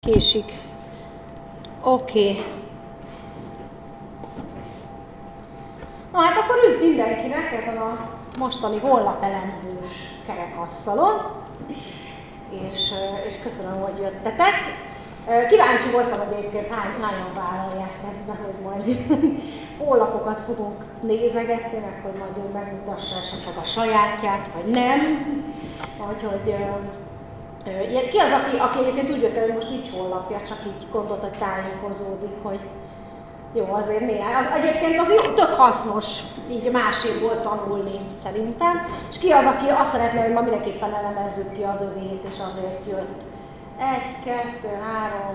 Késik. Oké. Na hát akkor üdv mindenkinek ezen a mostani honlapelemzős kerekasztalon, és köszönöm, hogy jöttetek. Kíváncsi voltam, hogy egyébként hányan vállalják ezt be, hogy majd honlapokat fogunk nézegetni, meg hogy majd ő megmutassa esetleg a sajátját, vagy nem. Úgyhogy ki az, aki egyébként úgy jött el, hogy most nincs honlapja, csak így gondolt, hogy tájékozódik, hogy jó, azért néhány. Egyébként az jó, tök hasznos így máséból tanulni szerintem. És ki az, aki azt szeretne, hogy ma mindenképpen elemezzük ki az övét, és azért jött. 1, 2, 3,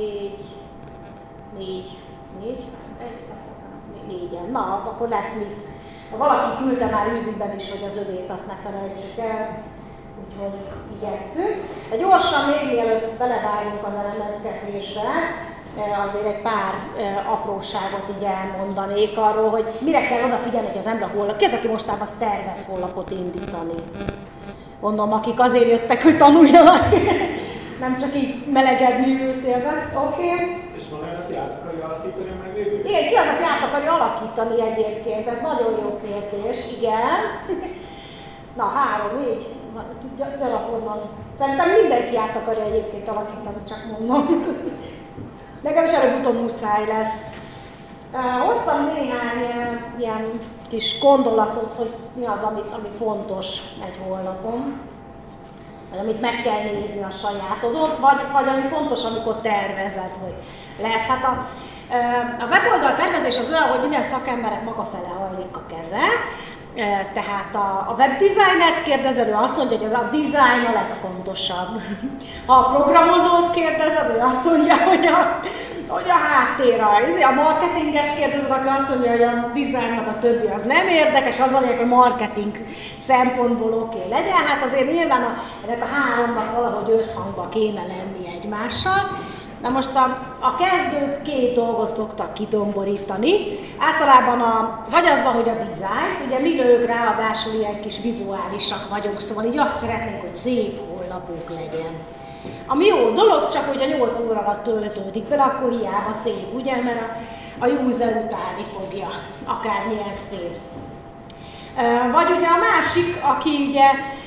4. Na, akkor lesz mit. Valaki küldte már üzliben is, hogy az övét azt ne felejtsük el. Úgyhogy igyekszünk. De gyorsan még mielőtt belevágunk az elemezgetésbe, azért egy pár apróságot így elmondanék arról, hogy mire kell odafigyelni, hogy az ember honlap. Ki az, aki mostában tervez honlapot indítani? Mondom, akik azért jöttek, hogy tanuljanak. Nem csak így melegedni ültél be. Oké. És van olyan, aki át akarja alakítani a meglévőt? Igen, ki az, aki át akarja alakítani egyébként? Ez nagyon jó kérdés, igen. Na, 3, 4. Gyarap onnan. Szerintem mindenki át akarja egyébként alakítani, csak mondom. Nekem is előbb-utóbb muszáj lesz. Hoztam néhány ilyen kis gondolatot, hogy mi az, ami fontos egy honlapon, vagy amit meg kell nézni a sajátodon, vagy ami fontos, amikor tervezed, hogy lesz. Hát a weboldal tervezés az olyan, hogy minden szakemberek maga fele hajlik a keze. Tehát a webdesignet kérdezed, ő azt mondja, hogy az a design a legfontosabb. Ha a programozót kérdezed, ő azt mondja, hogy a háttérrajz. A marketinges kérdezed, aki azt mondja, hogy a design meg a többi az nem érdekes, az mondja, hogy a marketing szempontból oké legyen. Hát azért nyilván ennek a háromnak valahogy összhangba kéne lenni egymással. Na most a kezdők 2 dolgot szoktak kidomborítani. Általában vagy az van, hogy a dizájnt, ugye mi nők ráadásul ilyen kis vizuálisak vagyunk, szóval így azt szeretnénk, hogy szép honlapunk legyen. Ami jó dolog, csak hogy a 8 óra alatt töltődik bele, akkor hiába szép, ugye, mert a user utálni fogja, akármilyen szép. Vagy ugye a másik, aki ugye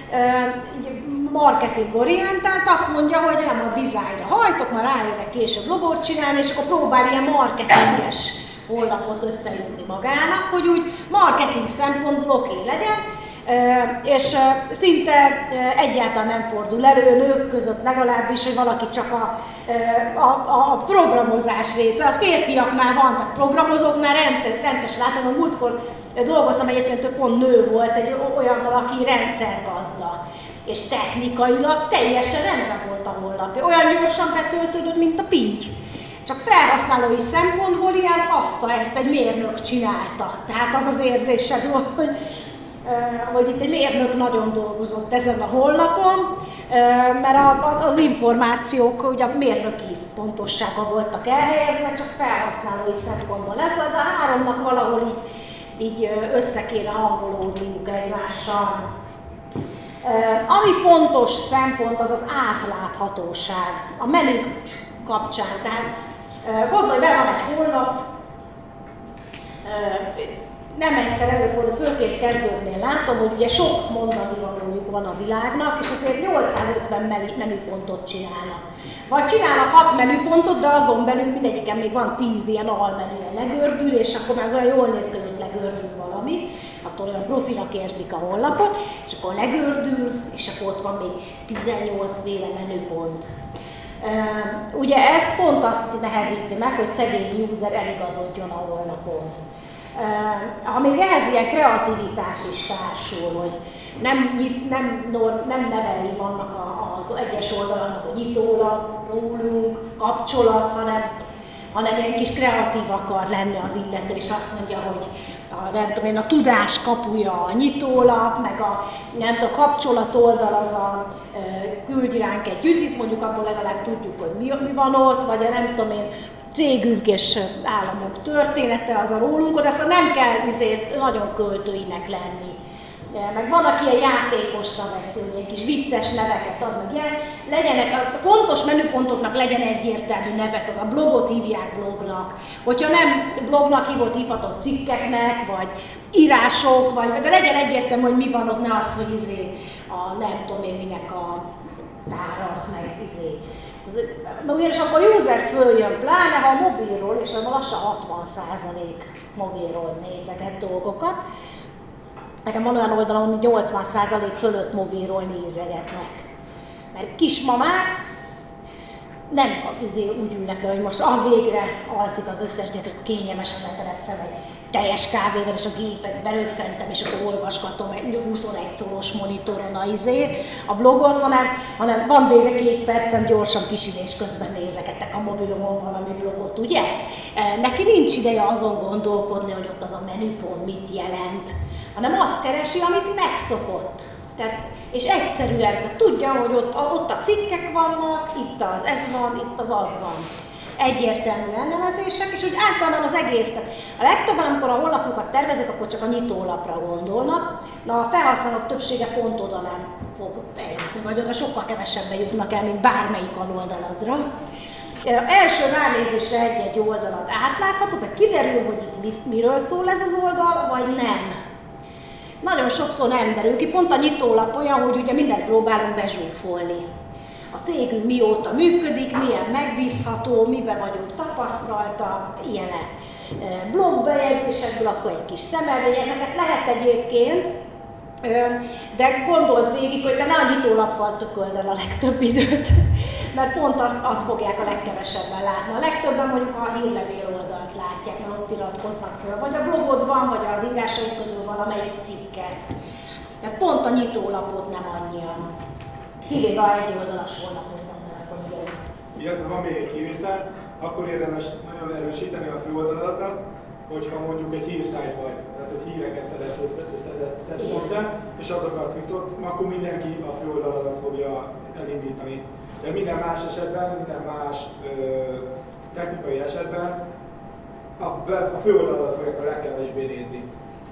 marketingorientált, azt mondja, hogy nem a dizájnra hajtok, már ráérek később logót csinálni, és akkor próbál ilyen marketinges honlapot összeírni magának, hogy úgy marketing szempontból oké legyen, és szinte egyáltalán nem fordul elő nők között legalábbis, hogy valaki csak a programozás része. Az férfiaknál van, tehát programozóknál rendszeres látom, hogy múltkor dolgoztam, egyébként pont nő volt, egy olyannal, aki rendszergazda. És technikailag teljesen rendben volt a honlapja. Olyan gyorsan betöltődött, mint a pinty. Csak felhasználói szempontból ilyen ezt egy mérnök csinálta. Tehát az az érzésed volt, hogy itt egy mérnök nagyon dolgozott ezen a honlapon, mert az információk ugye a mérnöki pontossága voltak elhelyezve, csak felhasználói szempontból lesz. Az a háromnak valahol így össze kéne hangolódniuk egymással. Ami fontos szempont, az az átláthatóság a menük kapcsán. Tehát gondolj be, van egy honlap, nem egyszer előfordul, főként kezdőknél látom, hogy ugye sok mondani valójuk van a világnak, és azért 850 menüpontot csinálnak. Vagy csinálnak 6 menüpontot, de azon belül mindegyiken még van 10 ilyen almenüen legördül, és akkor már az olyan jól néz ki, hogy legördül valami, attól olyan profinak érzik a honlapot, és akkor legördül, és akkor ott van még 18 féle menüpont. Ugye ez pont azt nehezíti meg, hogy szegény user eligazodjon a honlapon. Ha még ehhez ilyen kreativitás is társul, hogy nem nevelni vannak az egyes oldalaknak, hogy nyitólap, rólunk, kapcsolat, hanem ilyen kis kreatív akar lenni az illető, és azt mondja, hogy a tudás kapuja a nyitólap, meg a kapcsolat oldal az küldj ránk egy üzit, mondjuk abból legalább tudjuk, hogy mi van ott, vagy nem tudom én, cégünk és államok története, az a rólunk, de szóval nem kell nagyon költőinek lenni meg van, aki ilyen játékosra veszi, ilyen kis vicces neveket ad, meg ilyen. Legyenek, a fontos menüpontoknak legyen egyértelmű neve, szóval a blogot hívják blognak. Hogyha nem blognak hívhatott cikkeknek, vagy írások, de legyen egyértelmű, hogy mi van ott, ne az, hogy a nem tudom én minek a tára, meg ugyanis akkor a user följön, pláne ha a mobilról, és lassan 60% mobilról nézeget dolgokat. Nekem van olyan oldalon, hogy 80% fölött mobilról nézegetnek. Mert kismamák nem úgy ülnek le, hogy most végre alszik az összes gyerek, kényelmesen letelepszem egy teljes kávéval, és a gépet beröffentem, és akkor olvasgatom egy 21 szoros monitoron a blogot, hanem van végre 2 percem, gyorsan pisilés közben nézegetek a mobilomon valami blogot, ugye? Neki nincs ideje azon gondolkodni, hogy ott az a menüpont mit jelent, hanem azt keresi, amit megszokott. És egyszerűen, tudja, hogy ott a cikkek vannak, itt ez van, itt az van. Egyértelmű elnevezések, és úgy általában az egészet. A legtöbben, amikor a honlapjukat tervezik, akkor csak a nyitólapra gondolnak. Na, a felhasználók többsége pont oda nem fog eljutni, vagy oda sokkal kevesebben jutnak el, mint bármelyik aloldaladra. Első ránézésre egy-egy oldalat átlátható, tehát kiderül, hogy itt miről szól ez az oldal, vagy nem. Nagyon sokszor nem derül ki, pont a nyitólap olyan, hogy ugye mindent próbálunk bezsúfolni. A cégünk mióta működik, milyen megbízható, miben vagyunk tapasztaltak, ilyenek. Blogbejegyzésekből akkor egy kis szemelvény, ezeket lehet egyébként, de gondold végig, hogy te ne a nyitólappal tököld el a legtöbb időt, mert pont azt fogják a legkevesebben látni. A legtöbben mondjuk a hírlevél oldalt látják, mert ott iratkoznak föl, vagy a blogodban, vagy az írásaid közül valamelyik cikket. Tehát pont a nyitólapot nem annyian. Kivéve a egyoldalas honlapokban, mert akkor igen. Illetve van még egy kivétel, akkor érdemes nagyon erősíteni a főoldaladat, hogyha mondjuk egy hírszájt vagy, tehát egy híreket szedsz össze, és azokat viszont, akkor mindenki a főoldaladat fogja elindítani. De minden más esetben, minden más technikai esetben a főoldaladat fogják a legkevésbé nézni.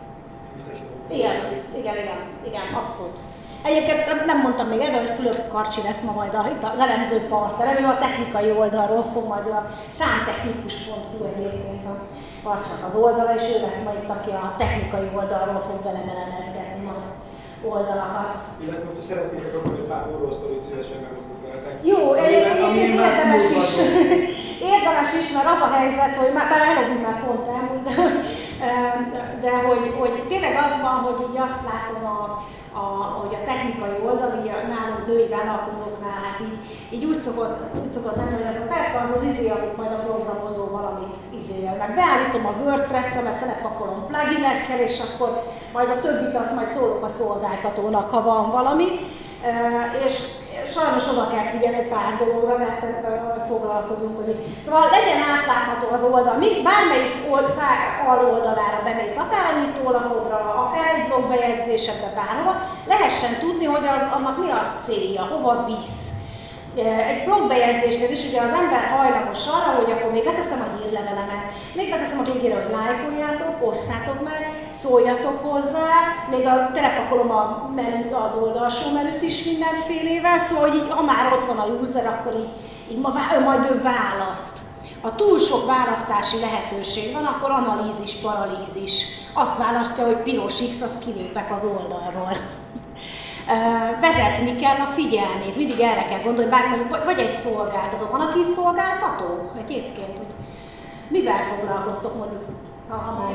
Igen, abszolút. Egyébként nem mondtam még el, de hogy Fülöp Karcsi lesz ma majd az elemző partnerem, ő a technikai oldalról fog majd a számtechnikus.hu egyébként a Karcsnak az oldala, és ő lesz majd itt, aki a technikai oldalról fog velem elemezgetni majd oldalakat. Illetve, hogyha szeretnétek, akkor egy pár horror-sztorit szívesen megosztok veletek. Jó, egyébként érdemes is, mert az a helyzet, hogy már Halloween már pont elmúlt, de hogy tényleg az van, hogy így azt látom, hogy a technikai oldal, így nálunk női vállalkozóknál, hát így úgy szokott lenni, hogy az persze az amit majd a programozó valamit meg beállítom a WordPress-emet, telepakolom pluginekkel, és akkor majd a többit azt majd szólok a szolgáltatónak, ha van valami. És sajnos oda kell figyelni egy pár dologra, mert foglalkozunk, hogy szóval legyen átlátható az oldal, bármelyik aloldalára bemész, akár a nyitólapodra, akár egy blogbejegyzésedbe, bárhova, lehessen tudni, hogy annak mi a célja, hova visz. Egy blogbejegyzésnél is ugye az ember hajlamos arra, hogy akkor még beteszem a hírlevelemet, még beteszem a végére, hogy lájkoljátok, osszátok meg, szóljatok hozzá, még telepakolom a menüt, az oldalsó menüt is mindenfélével, szóval hogy így, ha már ott van a user, akkor így majd ő választ. Ha túl sok választási lehetőség van, akkor analízis, paralízis. Azt választja, hogy piros X, az kilépek az oldalról. Vezetni kell a figyelmét, mindig erre kell gondolni, bár mondjuk, vagy egy szolgáltató. Van, aki szolgáltató egyébként, hogy mivel foglalkoztok mondjuk, ha már...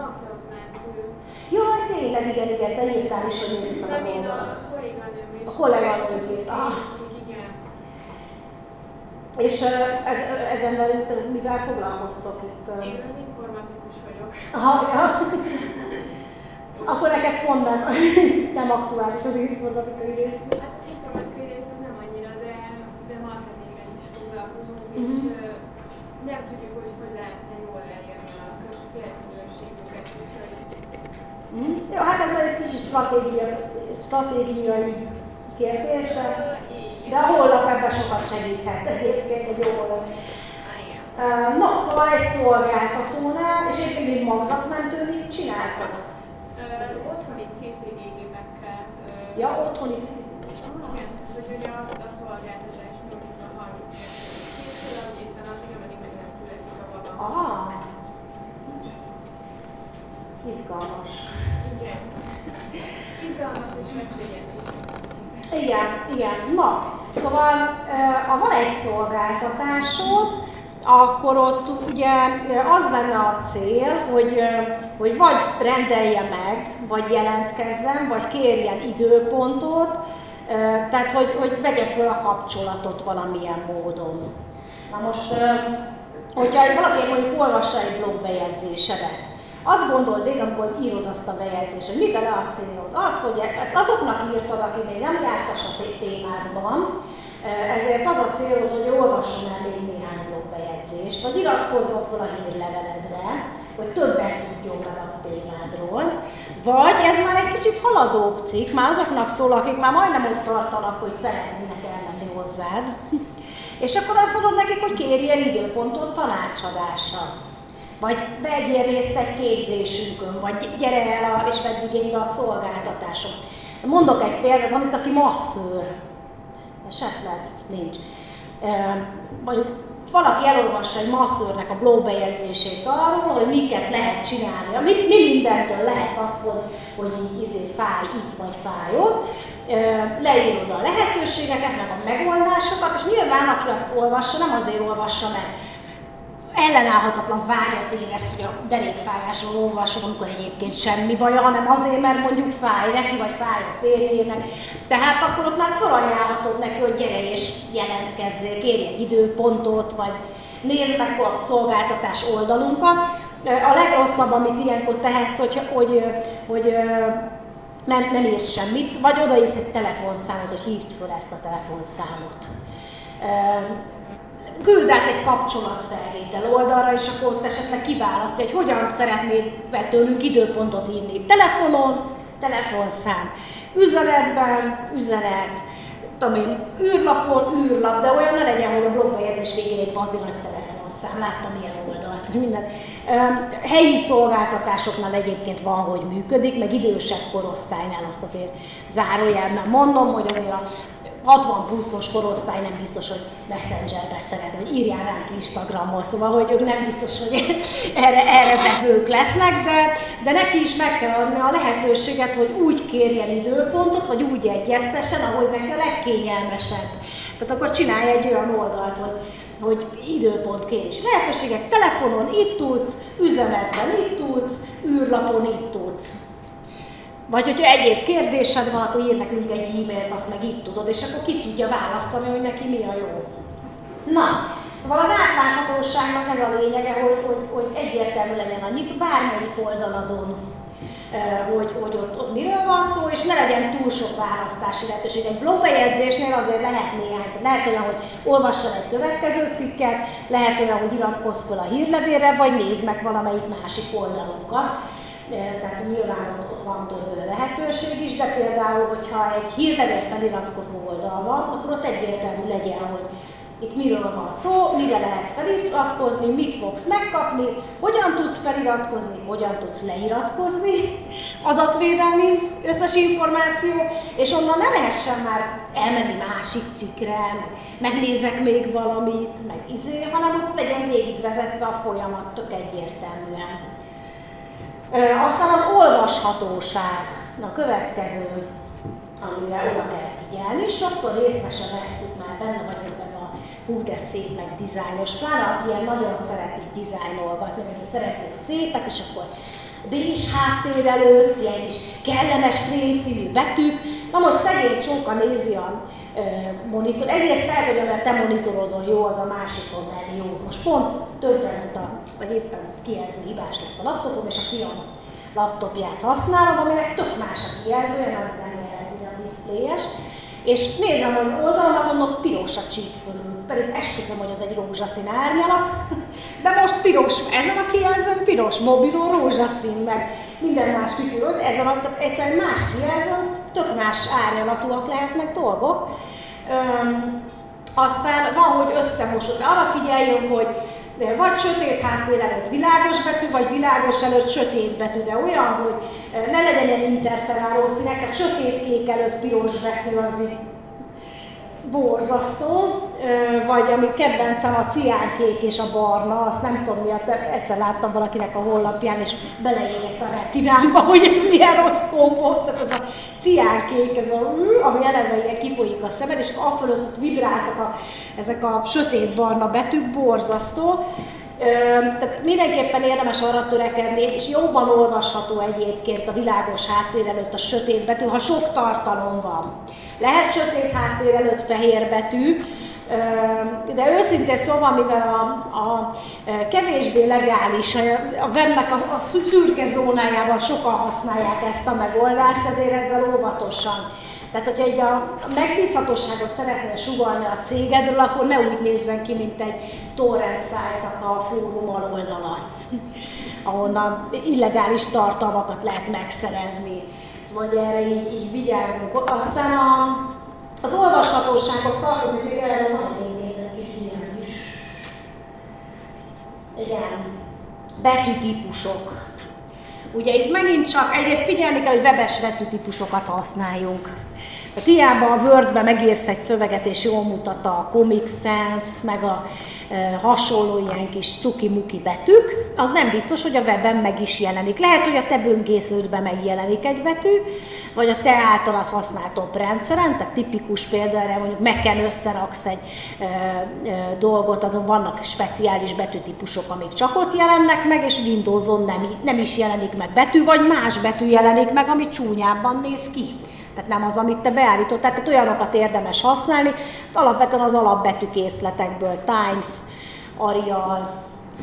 Jaj, tényleg, igen, te írtál is, hogy nézzük meg az oldalt. A kolléganőm írt. És ezen belül mivel foglalkoztok itt? Én az informatikus vagyok. Aha, ja. Akkor neked pont nem aktuális az informatikai rész. Hát az informatikai rész az nem annyira, de marketinggel is foglalkozunk, és nem tudjuk, hogy lehetne jól elérni a célközönségünket. Jó, hát ez egy kis stratégiai kérdés, de a honlap ebben sokat segíthet egyébként, egy jó honlap. No, szóval egy szolgáltatónál, és egyébként magzatmentő mit csináltak? Otthoni CTGG-ben Ja, otthoni cikk. Igen, hogy ugye azt a szolgáltatást nyújtjuk a 32-től egészen addig, ameddig meg nem születik a baba. Aha. Izgalmas. Igen. Izgalmas és veszélyes is. Igen. Na, szóval ha van egy szolgáltatásod, akkor ott ugye az lenne a cél, hogy vagy rendelje meg, vagy jelentkezzen, vagy kérjen időpontot, tehát hogy vegye föl a kapcsolatot valamilyen módon. Na most, hogyha valaki mondjuk olvassa egy blogbejegyzésedet, azt gondold végig, amikor írod azt a bejegyzést, hogy mi vele a célod? Az, hogy ezt azoknak írtad, aki még nem jártas a témádban, ezért az a célod, hogy olvasson el még néhány blogbejegyzést, vagy iratkozzon fel a hírleveledre, hogy többet tudjon vele a témádról, vagy ez már egy kicsit haladóbb cikk, már azoknak szól, akik már majdnem ott tartanak, hogy szeretnének elmenni hozzád, és akkor azt mondod nekik, hogy kérjen időpontot tanácsadásra. Vagy vegyél részt egy képzésünkön, vagy gyere el és vedd igénybe a szolgáltatáson. Mondok egy példát, van itt, aki masszőr. Esetleg nincs. Mondjuk valaki elolvassa egy masszőrnek a blogbejegyzését arról, hogy miket lehet csinálni. Mi mindentől lehet az, hogy fáj itt vagy fáj ott. Leírod a lehetőségeket, meg a megoldásokat, és nyilván aki azt olvassa, nem azért olvassa meg, ellenállhatatlan vágyat érez, hogy a derékfájásról olvasom, amikor egyébként semmi baja, hanem azért, mert mondjuk fáj neki, vagy fáj a férjének. Tehát akkor ott már felajánlhatod neki, hogy gyere és jelentkezzél, kérj egy időpontot, vagy nézd meg a szolgáltatás oldalunkat. A legrosszabb, amit ilyenkor tehetsz, hogy nem írsz semmit, vagy odaírsz egy telefonszámot, hogy hívd fel ezt a telefonszámot. Küld át egy kapcsolatfelvétel oldalra, és akkor ott esetleg kiválasztja, hogy hogyan szeretnéd tőlünk időpontot hívni. Telefonon, telefonszám, üzenetben, üzenet, űrlapon, űrlap, de olyan ne legyen, hogy a blogbejegyzés végén egy bazi nagy telefonszám. Láttam ilyen oldalt, hogy minden. Helyi szolgáltatásoknál egyébként van, hogy működik, meg idősebb korosztálynál azt azért zárójelben mondom, hogy azért a 60 pluszos korosztály nem biztos, hogy Messengerbe szeret, vagy írjál ránk Instagramon, szóval, hogy ők nem biztos, hogy erre vevők lesznek, de neki is meg kell adni a lehetőséget, hogy úgy kérjen időpontot, vagy úgy egyeztessen, ahogy neki a legkényelmesebb. Tehát akkor csinálj egy olyan oldalt, hogy időpont kérési lehetőségek, telefonon itt tudsz, üzenetben itt tudsz, űrlapon itt tudsz. Vagy hogyha egyéb kérdésed van, akkor ír nekünk egy e-mailt, azt meg itt tudod, és akkor ki tudja választani, hogy neki mi a jó. Na, szóval az átláthatóságnak ez a lényege, hogy egyértelmű legyen a nyitó bármelyik oldaladon, hogy ott miről van szó, és ne legyen túl sok választási lehetőség. Egy blogbejegyzésnél azért lehet néhány, lehet olyan, hogy olvassal egy következő cikket, lehet olyan, hogy iratkozz fel a hírlevélre, vagy nézd meg valamelyik másik oldalunkat. Tehát nyilván ott van több lehetőség is, de például, hogyha egy hírlevél feliratkozó oldal van, akkor ott egyértelmű legyen, hogy itt miről van szó, mire lehet feliratkozni, mit fogsz megkapni, hogyan tudsz feliratkozni, hogyan tudsz leiratkozni, adatvédelmi összes információ, és onnan ne lehessen már elmenni másik cikkre, megnézek még valamit, hanem ott legyen végigvezetve a folyamat tök egyértelműen. Aztán az olvashatóság, a következő, amire oda kell figyelni. Sokszor észre sem vesszük, már benne vagyunk ebben a hú de szép, meg dizájnos, pláne aki ilyen nagyon szereti dizájnolgatni, meg szereti a szépet, és akkor bés háttér előtt, ilyen kis kellemes krémszínű betűk. Na most szegény csóka nézi a monitor. Egyrészt lehet, hogy a te monitorodon jó, az a másikon nem jó. Most pont tönkrement vagy éppen kijelző hibás lett a laptopom, és a fiam laptopját használom, aminek tök más a kijelzője, nem jelenti a diszpléjes. És nézem, hogy oldalon, mondom, piros a csík fölül, pedig esküszöm, hogy ez egy rózsaszín árnyalat, de most piros, ezen a kijelzőn piros, mobilon rózsaszín, meg minden más piros, tehát egyszerűen más kijelzőn, tök más árnyalatúak lehetnek dolgok. Aztán van, hogy összemosod, arra figyeljünk, hogy vagy sötét háttér előtt világos betű, vagy világos előtt sötét betű, de olyan, hogy ne legyen ilyen interferáló színek, tehát sötét-kék előtt piros betű, az így borzasztó, vagy ami kedvencem a ciánkék és a barna, azt nem tudom miatt, egyszer láttam valakinek a honlapján, és beleégett a retinámba, hogy ez milyen rossz kombó, tehát ez a ciánkék, ez ami eleve ilyen kifolyik a szemed, és a fölött ott vibráltak ezek a sötét barna betűk, borzasztó. Tehát mindenképpen érdemes arra törekedni, és jobban olvasható egyébként a világos háttér előtt a sötét betű, ha sok tartalom van. Lehet sötét háttér előtt fehér betű, de őszintén szóval, mivel a kevésbé legális, a webnek a szürke zónájában sokan használják ezt a megoldást, ezért ezzel óvatosan. Tehát, hogyha a megbízhatóságot szeretnél sugallni a cégedről, akkor ne úgy nézzen ki, mint egy torrent szájtnak a fórum aloldala, ahonnan illegális tartalmakat lehet megszerezni. Szóval erre így vigyázzunk. Aztán az olvashatósághoz tartozik, hogy erre van egy kis ilyen is. Igen. Betűtípusok. Ugye itt megint csak egyrészt figyelni kell, hogy webes betűtípusokat használjunk. Tehát hiába a Word-ben megírsz egy szöveget és jól mutat a Comic Sans, meg a hasonló ilyen kis cuki-muki betűk, az nem biztos, hogy a webben meg is jelenik. Lehet, hogy a te böngésződben megjelenik egy betű, vagy a te általad használt oprendszeren, tehát tipikus példa erre mondjuk Mac-en összeraksz egy dolgot, azon vannak speciális betűtípusok, amik csak ott jelennek meg, és Windowson nem is jelenik meg betű, vagy más betű jelenik meg, ami csúnyábban néz ki. Tehát nem az, amit te beállítottál, tehát olyanokat érdemes használni. Alapvetően az alapbetűkészletekből Times, Arial,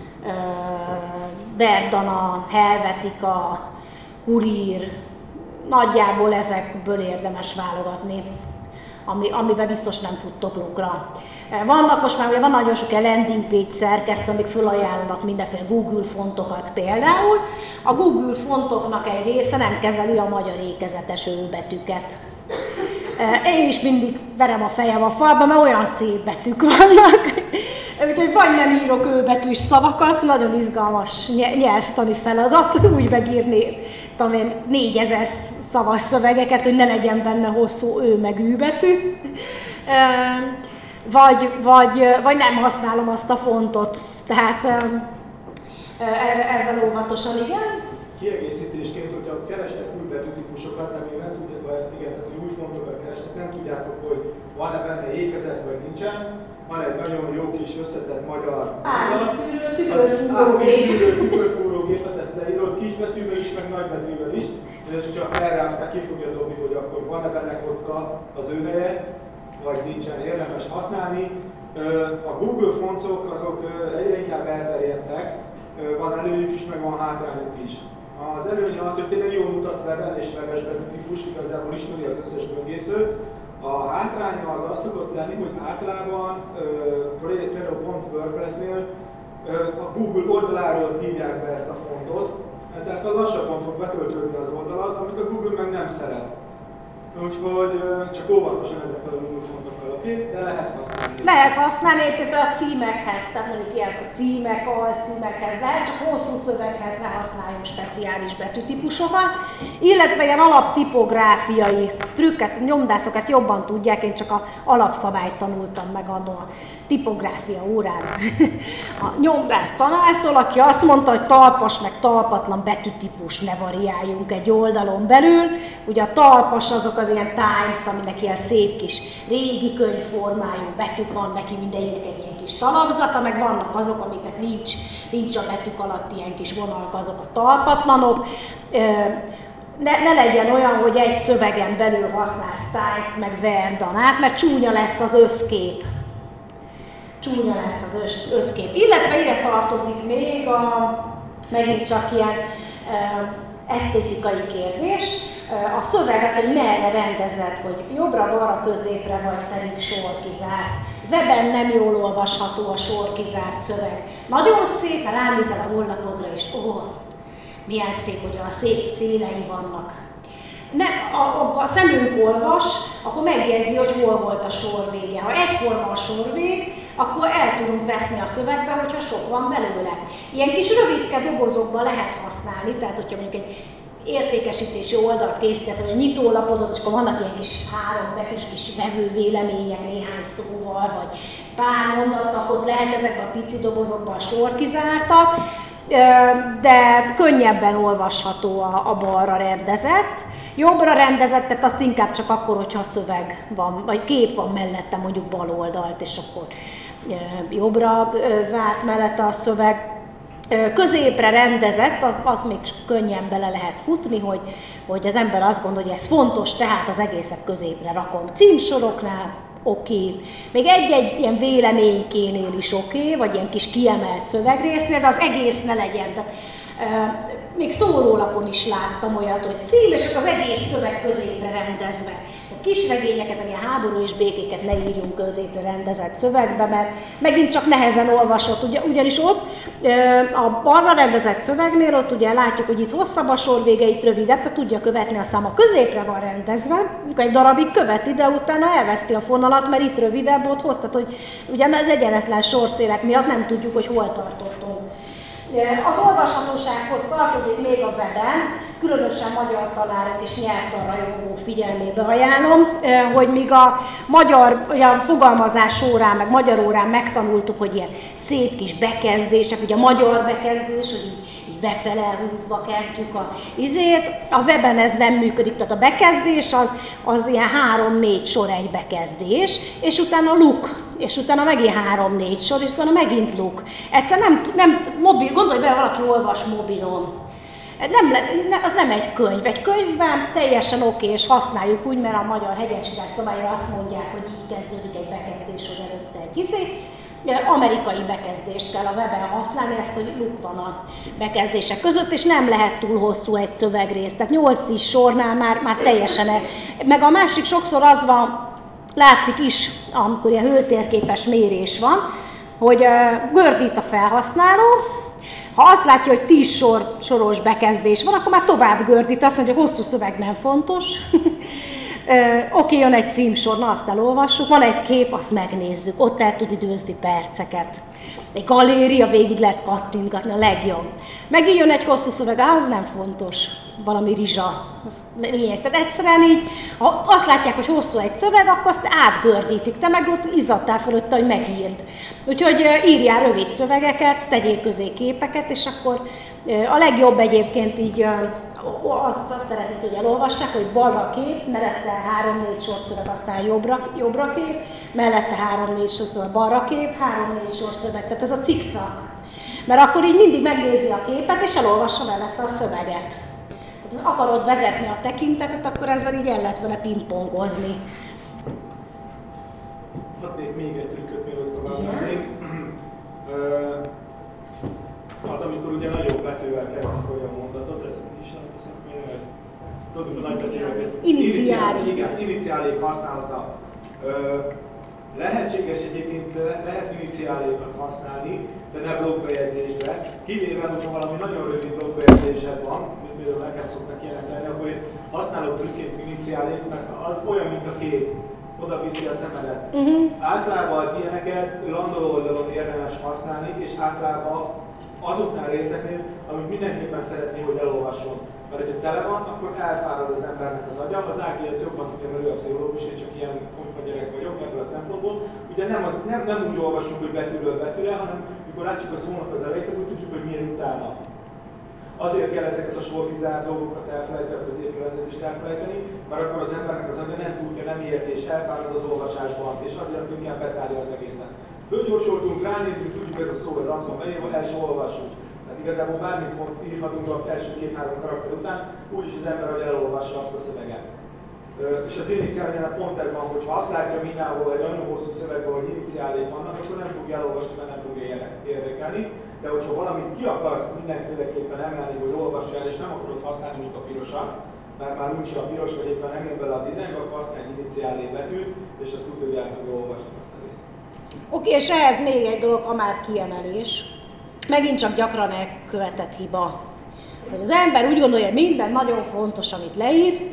Verdana, Helvetica, Courier, nagyjából ezekből érdemes válogatni, amivel biztos nem fut toplókra. Vannak most már, ugye van nagyon sok landing page szerkesztő, amik felajánlanak mindenféle Google fontokat például. A Google fontoknak egy része nem kezeli a magyar ékezetes betűket. Én is mindig verem a fejem a falba, mert olyan szép betűk vannak. Úgyhogy vagy nem írok őbetűs szavakat, nagyon izgalmas nyelvtani feladat, úgy megírni 4000 szavas szövegeket, hogy ne legyen benne hosszú ő meg ű-betű. Vagy nem használom azt a fontot. Tehát erről óvatosan, igen. Kiegészítésként, hogyha kerestek új betűtípusokat, de még nem tudjátok, igen, tehát új fontokat kerestek, nem tudjátok, hogy van-e benne ékezet vagy nincsen, van egy nagyon jó kis összetett magyar árisztűrő tükörfúrógépet, ezt leírod kisbetűvel is, meg nagybetűvel is, és hogyha erre aztán ki fogja dobni, hogy akkor van-e benne kocka az ő helye, vagy nincsen, érdemes használni. A Google foncok azok egyre inkább elterjedtek, van előnyük is, meg van hátrányuk is. Az előnye az, hogy tényleg jól mutat weben és webes betűtípus, igazából ismeri az összes böngésző. A hátránya az az szokott lenni, hogy általában például pont WordPress-nél a Google oldaláról hívják be ezt a fontot, ezáltal lassabban fog betöltődni az oldalat, amit a Google meg nem szeret. Úgyhogy csak óvatosan ezekkel a Google fontokkal, oké? De lehet használni. Lehet használni egyébként a címekhez, tehát mondjuk ilyen a címek, alcímekhez, lehet, csak hosszú szöveghez ne használjunk speciális betűtípusokat, illetve ilyen alaptipográfiai trükket, nyomdászok ezt jobban tudják, én csak a alapszabályt tanultam meg annól a tipográfia órán a nyomdász tanártól, aki azt mondta, hogy talpas meg talpatlan betűtípus ne variáljunk egy oldalon belül. Ugye a talpas azok az ilyen Times, aminek ilyen szép kis régi könyvformájú betűk van neki, mindegyik egy ilyen kis talapzata, meg vannak azok, amiknek nincs a betűk alatt ilyen kis vonalak, azok a talpatlanok. Ne legyen olyan, hogy egy szövegen belül használsz Times meg Verdanát, mert csúnya lesz az összkép. Csúnya lesz az összkép. Illetve ide tartozik még megint csak ilyen esztétikai kérdés. A szöveget, hogy merre rendezed, hogy jobbra-balra, középre, vagy pedig sorkizárt. Weben nem jól olvasható a sorkizárt szöveg. Nagyon szép, ránézel a honlapodra, és milyen szép, hogy a szép színei vannak. A szemünk olvas, akkor megjegyzi, hogy hol volt a sorvége. Ha egyforma a sorvég, akkor el tudunk veszni a szövegbe, hogyha sok van belőle. Ilyen kis rövidke dobozokban lehet használni, tehát hogyha mondjuk egy értékesítési oldalt készítesz, vagy a nyitólapodot, és akkor vannak ilyen kis 3 betűs kis vevővélemények néhány szóval, vagy pár mondatnak, ott lehet ezekben a pici dobozokban sorkizártak, de könnyebben olvasható a balra rendezett. Jobbra rendezettet azt inkább csak akkor, hogyha szöveg van, vagy kép van mellette, mondjuk bal oldalt, és akkor jobbra zárt mellette a szöveg. Középre rendezett, az még könnyen bele lehet futni, hogy az ember azt gondolja, hogy ez fontos, tehát az egészet középre rakom. Címsoroknál oké. Még egy-egy ilyen véleménykénél is oké, vagy ilyen kis kiemelt szövegrésznél, de az egész ne legyen. Tehát, még szórólapon is láttam olyat, hogy cím, és akkor az egész szöveg középre rendezve. Tehát kisregényeket, meg ilyen háború és békéket ne írjunk középre rendezett szövegbe, mert megint csak nehezen olvasott. Ugyanis ott a balra rendezett szövegnél ott ugye látjuk, hogy itt hosszabb a sorvége, itt rövidebb, tehát tudja követni a száma. Középre van rendezve, amikor egy darabig követi, de utána elveszti a fonalat, mert itt rövidebb, ott hoztat, hogy ugyan az egyenletlen sorszélek miatt nem tudjuk, hogy hol tartottunk. Az olvashatósághoz tartozik még a weben, különösen magyar tanárok és nyelvtanrajongók figyelmébe ajánlom, hogy míg a magyar fogalmazás órán, meg magyar órán megtanultuk, hogy ilyen szép kis bekezdések, ugye a magyar bekezdés, hogy így befele húzva kezdjük a izét, a weben ez nem működik, tehát a bekezdés az ilyen 3-4 sor egy bekezdés, és utána luk, és utána megint 3-4 sor, és utána megint luk. Egyszer nem mobil, gondolj bele, valaki olvas mobilon. Az nem egy könyv. Egy könyvben teljesen oké, és használjuk úgy, mert a magyar hegyesírás szabályai azt mondják, hogy így kezdődik egy bekezdés, hogy előtte egy izé. Amerikai bekezdést kell a weben használni, ezt, hogy luk van a bekezdések között, és nem lehet túl hosszú egy szövegrész. Tehát 8-10 sornál már teljesen meg a másik sokszor az van, látszik is, amikor ilyen hőtérképes mérés van, hogy gördít a felhasználó. Ha azt látja, hogy 10 soros bekezdés van, akkor már tovább gördít, azt mondja, hogy hosszú szöveg nem fontos. Oké, jön egy címsor, na azt elolvassuk, van egy kép, azt megnézzük, ott el tud időzni perceket. Egy galéria, végig lehet kattintgatni, a legjobb. Megint jön egy hosszú szöveg, az nem fontos, valami rizsa, az lényeg. Tehát egyszerűen így, ha azt látják, hogy hosszú egy szöveg, akkor azt átgördítik, te meg ott izzadtál fölötte, hogy megírd. Úgyhogy írjál rövid szövegeket, tegyél közé képeket, és akkor a legjobb egyébként így azt szeretnéd, hogy elolvassák, hogy balra a kép, mellette 3-4 sorszöveg, aztán jobbra kép, mellette 3-4 sorszöveg, balra kép, 3-4 sorszöveg, tehát ez a cikcak. Mert akkor így mindig megnézi a képet, és elolvassa mellette a szöveget. Tehát akarod vezetni a tekintetet, akkor ezzel így el lehet vele pingpongozni. Adnék még egy trükköt, mielőtt tovább mennék. Az, amikor ugye nagyobb betűvel kezdünk olyan mondatot, ezt is nem teszem hogy tudjuk a nagy betűveket. Iniciálék használata. Lehetséges egyébként, lehet iniciálékat használni, de ne blokkbejegyzésbe. Kivéve, hogyha valami nagyon rövid blokkbejegyzésed van, miről nekem szoktak ilyenek lenni, akkor én használok trükként iniciálét, mert az olyan, mint a kép. Oda viszi a szemedet. Általában az ilyeneket landoló oldalon érdemes használni, és általában azoknál részeknél, amit mindenképpen szeretné, hogy elolvasson. Mert ha tele van, akkor elfárad az embernek az agya. Az Ági ezt jobban tudja, mert ő a pszichológus, én csak ilyen kompra gyerek vagyok ebből a szempontból. Ugye nem úgy olvasunk, hogy betűről betűre, hanem mikor látjuk a szónak az elejét, akkor tudjuk, hogy milyen utána. Azért kell ezeket a sorkizárt dolgokat elfelejteni, a középrendezést elfelejteni, mert akkor az embernek az agya nem tudja, nem érti és elfárad az olvasásban, és azért inkább beszállja az egészet. Fölgyorsoltunk, ránézzünk, tudjuk, ez a szó, ez az van belépve, el sem olvassuk. Tehát igazából bármit írhatunk az első 2-3 karakter után, úgyis az ember, hogy elolvassa azt a szöveget. És az iniciálénál pont ez van, hogy ha azt látja mindenhol egy nagyon hosszú szövegben, hogy iniciálék vannak, akkor nem fogja elolvasni, mert nem fogja érdekelni. De hogyha valamit ki akarsz mindenféleképpen emelni, hogy olvass el, és nem akarod használni mondjuk a pirosat, mert már nincs a piros, vagy éppen nem jön bele a dizájnba, akkor használj egy iniciálé betűt, és azt tudod, hogy el fogja olvasni azt a részt. Oké, és ehhez még egy dolog, a már kiemelés. Megint csak gyakran elkövetett hiba. Hogy az ember úgy gondolja, hogy minden nagyon fontos, amit leír,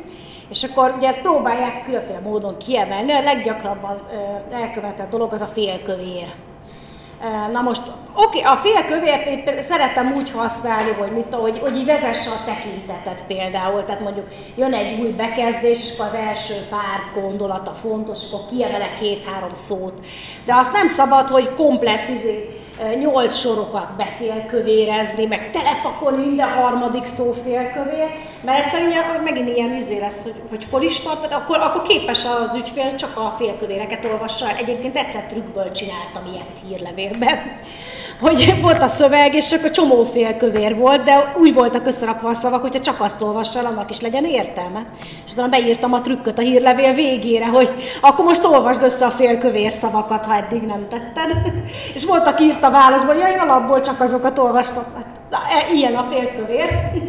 És akkor ugye ezt próbálják különféle módon kiemelni, a leggyakrabban elkövetett dolog az a félkövér. Na most, oké, a félkövért én szeretem úgy használni, hogy így vezesse a tekintetet például, tehát mondjuk jön egy új bekezdés, és akkor az első pár gondolata fontos, és akkor kiemelek 2-3 szót. De azt nem szabad, hogy komplett 8 sorokat befélkövérezni, meg telepakolni minden harmadik szó félkövér, mert egyszerűen megint ilyen lesz, hogy hol is tart, akkor képes az ügyfél csak a félkövéreket olvassa. Egyébként egyszer trükkből csináltam ilyet hírlevélben, hogy volt a szöveg, és csak a csomó félkövér volt, de úgy voltak összerakva a szavak, hogyha csak azt olvassa el, annak is legyen értelme. És utána beírtam a trükköt a hírlevél végére, hogy akkor most olvasd össze a félkövér szavakat, ha eddig nem tetted. És volt, aki írt a válaszban, hogy én alapból csak azokat olvastam. Ilyen a félkövér.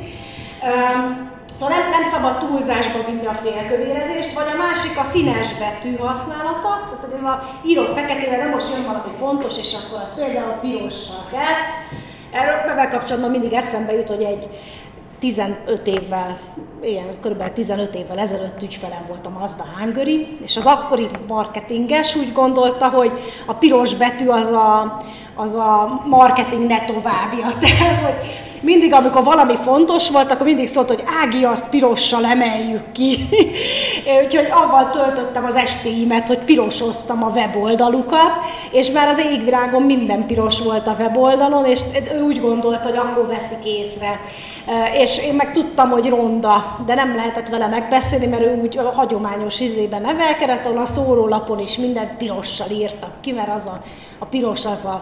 Szóval nem szabad túlzásba vinni a félkövérezést, vagy a másik a színes betű használata, tehát ez a írok feketével, de most jön valami fontos, és akkor azt például pirossal kell. Erről kapcsolatban mindig eszembe jut, hogy egy 15 évvel, kb. 15 évvel ezelőtt ügyfelem volt a Mazda Hungary, és az akkori marketinges úgy gondolta, hogy a piros betű az a marketing ne továbbja. Tehát, hogy mindig, amikor valami fontos volt, akkor mindig szólt, hogy Ági, azt pirossal emeljük ki. Úgyhogy avval töltöttem az estéimet, hogy pirosoztam a weboldalukat, és már az égvilágon minden piros volt a weboldalon, és ő úgy gondolta, hogy akkor veszik észre. És én meg tudtam, hogy ronda, de nem lehetett vele megbeszélni, mert ő úgy a hagyományos izében nevelkedett, ahol a szórólapon is mindent pirossal írtak ki, mert a piros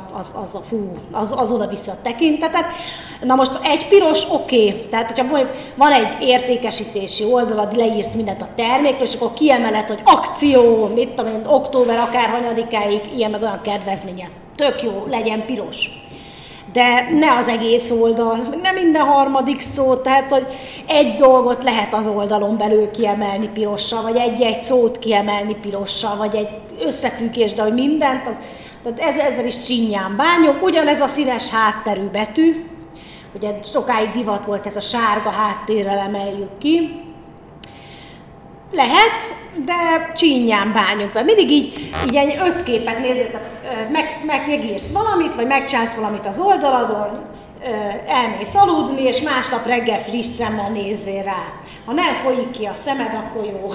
az oda viszi a tekintetet. Na most egy piros oké, tehát hogyha mondjuk van egy értékesítési oldalad, leírsz mindent a termékről, és akkor kiemeled, hogy akció, mit tudom én, október akár hanyadikáig, ilyen meg olyan kedvezménye. Tök jó, legyen piros. De ne az egész oldal, nem minden harmadik szó, tehát hogy egy dolgot lehet az oldalon belül kiemelni pirossal, vagy egy-egy szót kiemelni pirossal, vagy egy összefüggés, de hogy mindent, tehát ezzel is csinyán bánjuk. Ugyanez a színes hátterű betű, ugye sokáig divat volt, ez a sárga háttérrel emeljük ki. Lehet, de csinyán bánjunk vele. Mindig így egy összképet nézzél, tehát megírsz valamit, vagy megcsinálsz valamit az oldaladon, elmész aludni, és másnap reggel friss szemmel nézzél rá. Ha nem folyik ki a szemed, akkor jó.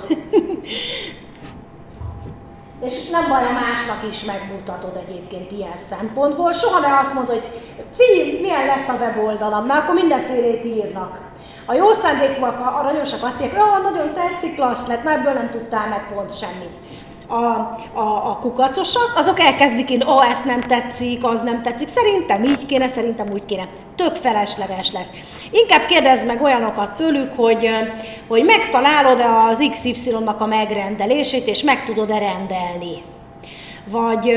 És nem baj, ha másnak is megmutatod egyébként ilyen szempontból. Soha ne azt mondod, hogy figyelj, milyen lett a weboldalam, mert akkor mindenfélét írnak. A jó szándékúak, aranyosak azt mondják, hogy nagyon tetszik, klassz lett, na ebből nem tudtál meg pont semmit. A kukacosak, azok elkezdik írni, ezt nem tetszik, az nem tetszik, szerintem így kéne, szerintem úgy kéne. Tök felesleges lesz. Inkább kérdezd meg olyanokat tőlük, hogy megtalálod-e az XY-nak a megrendelését, és meg tudod-e rendelni. Vagy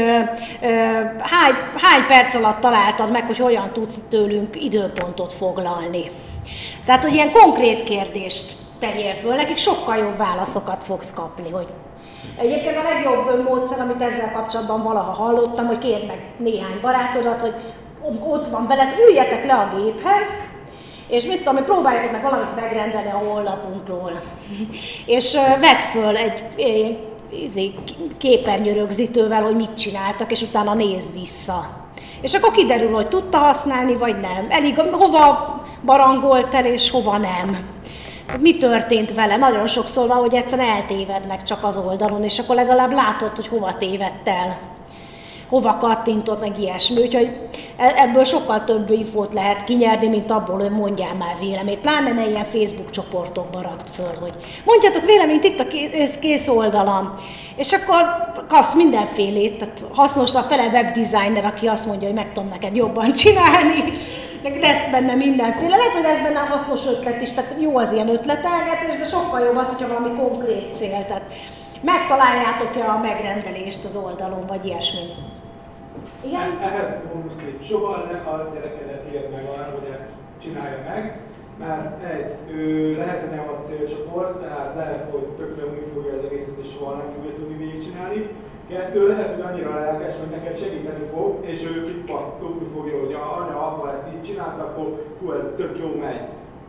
hány perc alatt találtad meg, hogy hogyan tudsz tőlünk időpontot foglalni. Tehát, hogy ilyen konkrét kérdést tegyél föl, nekik sokkal jobb válaszokat fogsz kapni. Hogy egyébként a legjobb módszer, amit ezzel kapcsolatban valaha hallottam, hogy kérd meg néhány barátodat, hogy ott van veled, üljetek le a géphez, és mit tudom, próbáljátok meg valamit megrendelni a honlapunkról. És vedd föl egy képernyőrögzítővel, hogy mit csináltak, és utána nézd vissza. És akkor kiderül, hogy tudta használni, vagy nem. Elég, hova barangolt el, és hova nem. Mi történt vele? Nagyon sokszor van, hogy egyszerűen eltévednek csak az oldalon, és akkor legalább látod, hogy hova tévedt el. Hova kattintott, meg ilyesmi. Úgyhogy ebből sokkal több infót lehet kinyerni, mint abból, hogy mondjál már véleményt. Pláne ne ilyen Facebook csoportokba rakt föl, hogy mondjatok véleményt itt a kész oldalam. És akkor kapsz mindenfélét, tehát hasznos a fele webdesigner, aki azt mondja, hogy meg tudom neked jobban csinálni. Lesz benne mindenféle. Lehet, hogy lesz benne hasznos ötlet is, tehát jó az ilyen ötletelgetés, de sokkal jobb az, hogyha valami konkrét cél. Tehát megtaláljátok-e a megrendelést az oldalon, vagy ilyesmi. Igen? Ehhez bónusztip. Soha ne a gyerekedet érd meg arra, hogy ezt csinálja meg, mert lehet, hogy nem a célcsoport, tehát lehet, hogy tökre unni fogja az egészet, és soha nem fogja tudni végigcsinálni. Kettő, lehet, hogy annyira lelkes, hogy neked segíteni fog, és ő tudni fogja, hogy anya, apa ezt így csinálta, akkor ez tök jó megy.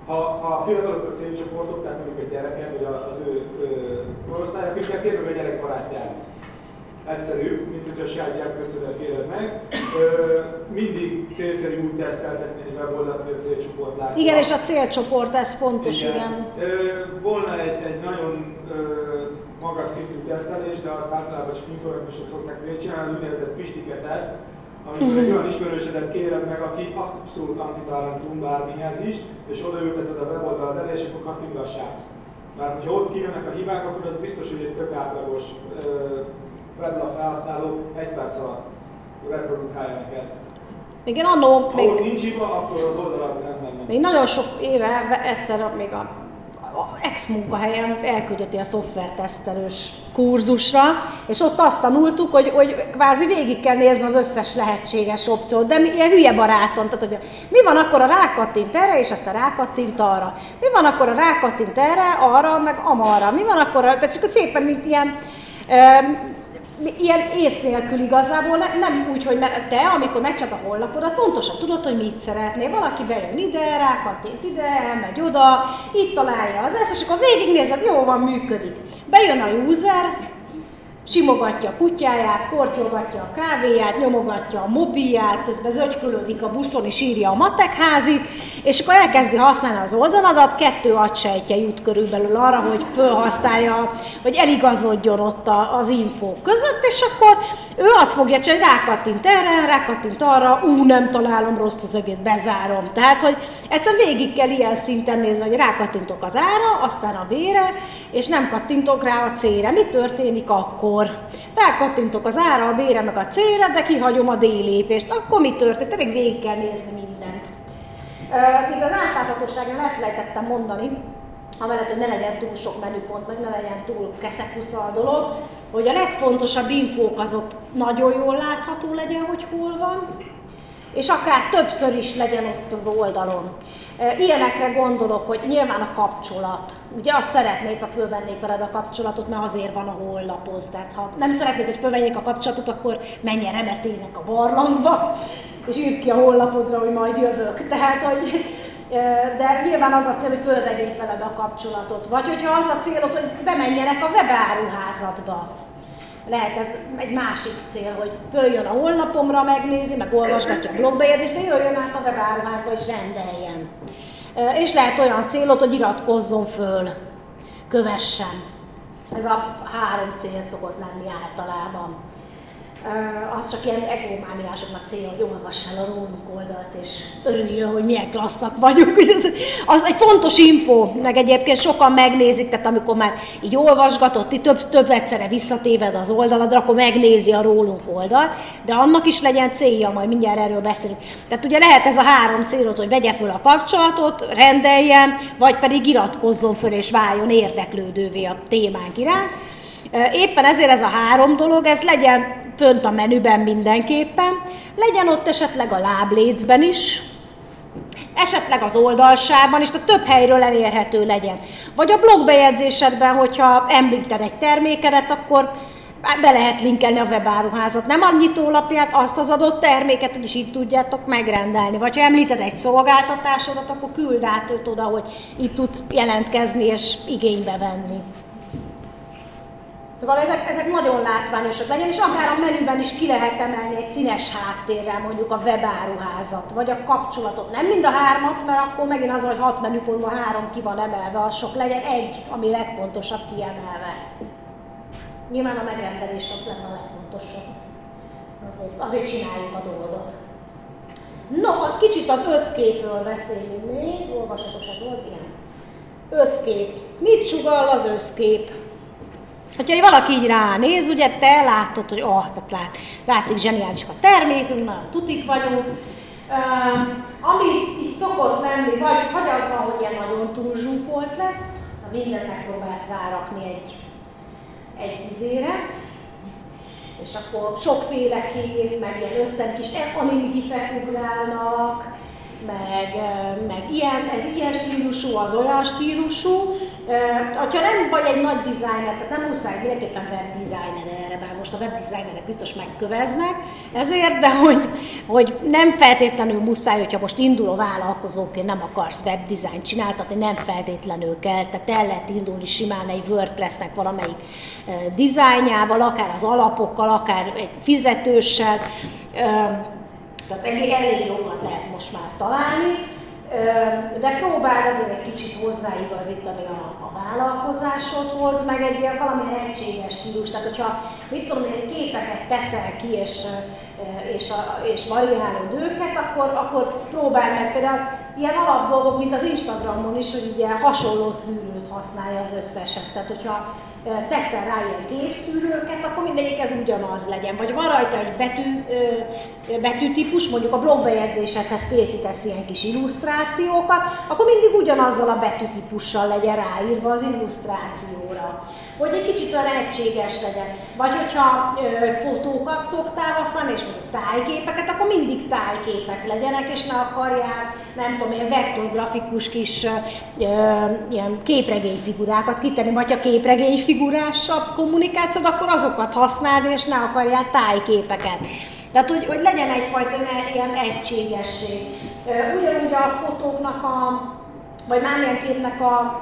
Ha a fiatalok a célcsoportok, tehát mondjuk egy gyereket, vagy az ő korosztály, akikkel kérünk a gyerekbarátját. Egyszerű, mint hogyha a saját gyerkőcödet kéred meg. Mindig célszerű úgy teszteltetni egy weboldalt, hogy a célcsoport látja. Igen, és a célcsoport, ez fontos, igen. Volna egy nagyon magas szintű tesztelés, de azt általában csak informatikusok szokták csinálni, az úgynevezett pistike teszt, amikor egy olyan ismerősödet kéred meg, aki abszolút antitalentum bármihez is, és odaülteted a weboldalt elé, és akkor kattingassák. Mert ha ott kijönnek a hibák, akkor az biztos, hogy egy tök átlagos weblap felhasználó egy perc alatt reprodukálja neked. Igen, annó ha ott nincs hiba, akkor az oldalat rendben van. Még nagyon sok éve egyszer még a ex-munkahelyen elküldött ilyen szoftvertesztelős kurzusra, és ott azt tanultuk, hogy kvázi végig kell nézni az összes lehetséges opciót, de ilyen hülye baráton, tehát hogy mi van akkor, a rákattint erre, és aztán rákattint arra. Mi van akkor, a rákattint erre, arra, meg amarra. Mi van akkor, tehát csak szépen, mint ilyen ész nélkül igazából, nem úgy, hogy te, amikor megcsinálod a honlapodat, pontosan tudod, hogy mit szeretnél. Valaki bejön ide, rákattint ide, elmegy oda, itt találja az ezt, és akkor végignézed, jó van, működik. Bejön a user, simogatja a kutyáját, kortyolgatja a kávéját, nyomogatja a mobilját, közben zögykölődik a buszon és írja a matekházit, és akkor elkezdi használni az oldaladat, 2 agysejtje jut körülbelül arra, hogy felhasználja, hogy eligazodjon ott az infók között, és akkor ő azt fogja csinálni, hogy rákattint erre, rákattint arra, nem találom, rossz az egész, bezárom. Tehát, hogy egyszerűen végig kell ilyen szinten nézni, hogy rákattintok az ára, aztán a B-re, és nem kattintok rá a C-re. Mi történik akkor? Rákattintok az ára, a B-re, meg a C-re, de kihagyom a D lépést. Akkor mi történik? Tényleg végig kell nézni mindent. Míg az átláthatóságon elfelejtettem mondani, amellett, hogy ne legyen túl sok menüpont, meg ne legyen túl keszekusza a dolog, hogy a legfontosabb infók azok nagyon jól látható legyen, hogy hol van, és akár többször is legyen ott az oldalon. Ilyenekre gondolok, hogy nyilván a kapcsolat. Ugye azt szeretnéd, ha fölvennék veled a kapcsolatot, mert azért van a honlapod. Tehát ha nem szeretnéd, hogy fölvenjék a kapcsolatot, akkor menj remetének a barlangba, és írd ki a honlapodra, hogy majd jövök. Tehát, hogy de nyilván az a cél, hogy fölvegyék veled a kapcsolatot. Vagy hogyha az a célod, hogy bemenjenek a webáruházadba. Lehet ez egy másik cél, hogy följön a honlapomra, megnézi, meg olvasgatja a blogbejegyzést, de jöjjön át a webáruházba és rendeljen. És lehet olyan célod, hogy iratkozzon föl, kövessen. Ez a 3 cél szokott lenni általában. Az csak ilyen egomániásoknak célja, hogy olvass el a rólunk oldalt, és örüljön, hogy milyen klasszak vagyunk. Az egy fontos info, meg egyébként sokan megnézik, tehát amikor már így olvasgatod, több egyszerre visszatéved az oldaladra, akkor megnézi a rólunk oldalt, de annak is legyen célja, majd mindjárt erről beszélünk. Tehát ugye lehet ez a 3 célot, hogy vegye föl a kapcsolatot, rendeljen, vagy pedig iratkozzon föl és váljon érdeklődővé a témánk iránt. Éppen ezért ez a 3 dolog, ez legyen fönt a menüben mindenképpen, legyen ott esetleg a láblécben is, esetleg az oldalsában is, tehát több helyről elérhető legyen. Vagy a blogbejegyzésedben, hogyha említed egy termékedet, akkor be lehet linkelni a webáruházat, nem a nyitólapját, azt az adott terméket, hogy is így tudjátok megrendelni. Vagy ha említed egy szolgáltatásodat, akkor küld át őt oda, hogy itt tudsz jelentkezni és igénybe venni. Szóval ezek nagyon látványosak legyen, és akár a menüben is ki lehet emelni egy színes háttérrel mondjuk a webáruházat, vagy a kapcsolatot. Nem mind a 3-at, mert akkor megint az, hogy 6 menüpontban 3 ki van emelve, az sok, legyen egy, ami legfontosabb kiemelve. Nyilván a megrendelések lenne a legfontosabb. Azért csináljuk a dolgot. No, kicsit az összképről beszéljünk még, olvasatos volt ilyen. Összkép. Mit sugall az összkép? Ha valaki így ránéz, ugye te látod, hogy látszik zseniális a termékünk, nagyon tutik vagyunk. Ami itt szokott lenni, vagy az van, hogy ilyen nagyon túl zsúfolt lesz, szóval mindent megpróbálsz rárakni egy izére, és akkor sokféle kép, meg ilyen összen kis anilgifek ugrálnak, meg ilyen, ez ilyen stílusú, az olyan stílusú, Ha nem vagy egy nagy designer, tehát nem muszáj mindenképpen webdesigner erre, bár most a webdesignerek biztos megköveznek ezért, de hogy nem feltétlenül muszáj, hogyha most induló vállalkozóként nem akarsz webdesign csináltatni, nem feltétlenül kell, tehát el lehet indulni simán egy WordPress-nek valamelyik dizájnjával, akár az alapokkal, akár egy fizetőssel, tehát elég jókat lehet most már találni. De próbáld azért egy kicsit hozzáigazítani a vállalkozásodhoz, meg egy ilyen valami egységes stílus. Tehát, hogyha mit tudom én, képeket teszel ki és variálod őket, akkor próbálj meg például ilyen alapdolgok, mint az Instagramon is, hogy ugye hasonló szűrőt használja az összeshez. Tehát, hogyha teszel rá ilyen képszűrőket, akkor mindegyik ez ugyanaz legyen. Vagy van rajta egy betűtípus, mondjuk a blogbejegyzésedhez készítesz ilyen kis illusztrációkat, akkor mindig ugyanazzal a betűtípussal legyen ráírva az illusztrációra. Hogy egy kicsit olyan egységes legyen. Vagy hogyha fotókat szoktál használni, és mondjuk tájképeket, akkor mindig tájképek legyenek, és ne akarjál, nem tudom, ilyen vektorgrafikus kis ilyen képregényfigurákat kitenni, vagy ha képregényfigurásabb kommunikációd, akkor azokat használd, és ne akarjál tájképeket. Tehát, hogy legyen egyfajta ilyen egységesség. Ugyanúgy a fotóknak vagy bármilyen képnek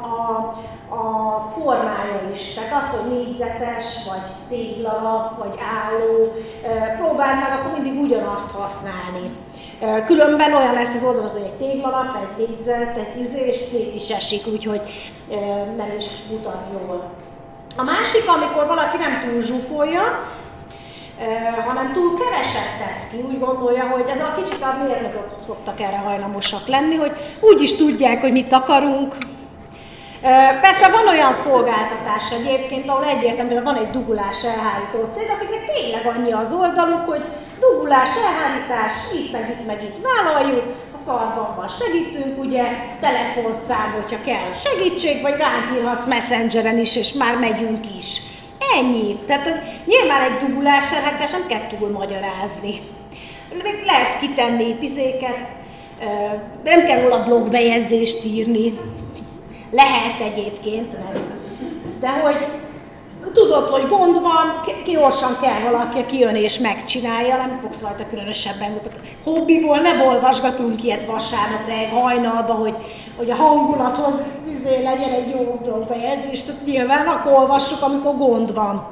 a formája is. Tehát az, hogy négyzetes, vagy téglalap, vagy álló, próbáld meg akkor mindig ugyanazt használni. Különben olyan lesz az oldalon, hogy egy téglalap, egy négyzet, egy és szét is esik, úgyhogy nem is mutat jól. A másik, amikor valaki nem túl zsúfolja, hanem túl keveset tesz ki, úgy gondolja, hogy ez a kicsit a mérnökök szoktak erre hajlamosak lenni, hogy úgy is tudják, hogy mit akarunk. Persze van olyan szolgáltatás egyébként, ahol egyértelműen van egy dugulás elhárító cég, akiknek tényleg annyi az oldaluk, hogy dugulás, elhárítás, itt meg itt vállaljuk, a szarban van segítünk, ugye, telefonszám, hogyha kell segítség, vagy ránk írhatsz Messengeren is, és már megyünk is. Ennyi. Tehát nyilván egy dugulás elhárítás nem kell túl magyarázni. Lehet kitenni pizéket, nem kell róla blogbejegyzést írni. Lehet egyébként, de hogy tudod, hogy gond van, gyorsan kell valaki, aki jön és megcsinálja, nem fogsz rajta különösebben. Hobbiból nem olvasgatunk ilyet vasárnap reggel hajnalba, hogy a hangulathoz legyen egy jó blogbejegyzés, tehát nyilván akkor olvassuk, amikor gond van.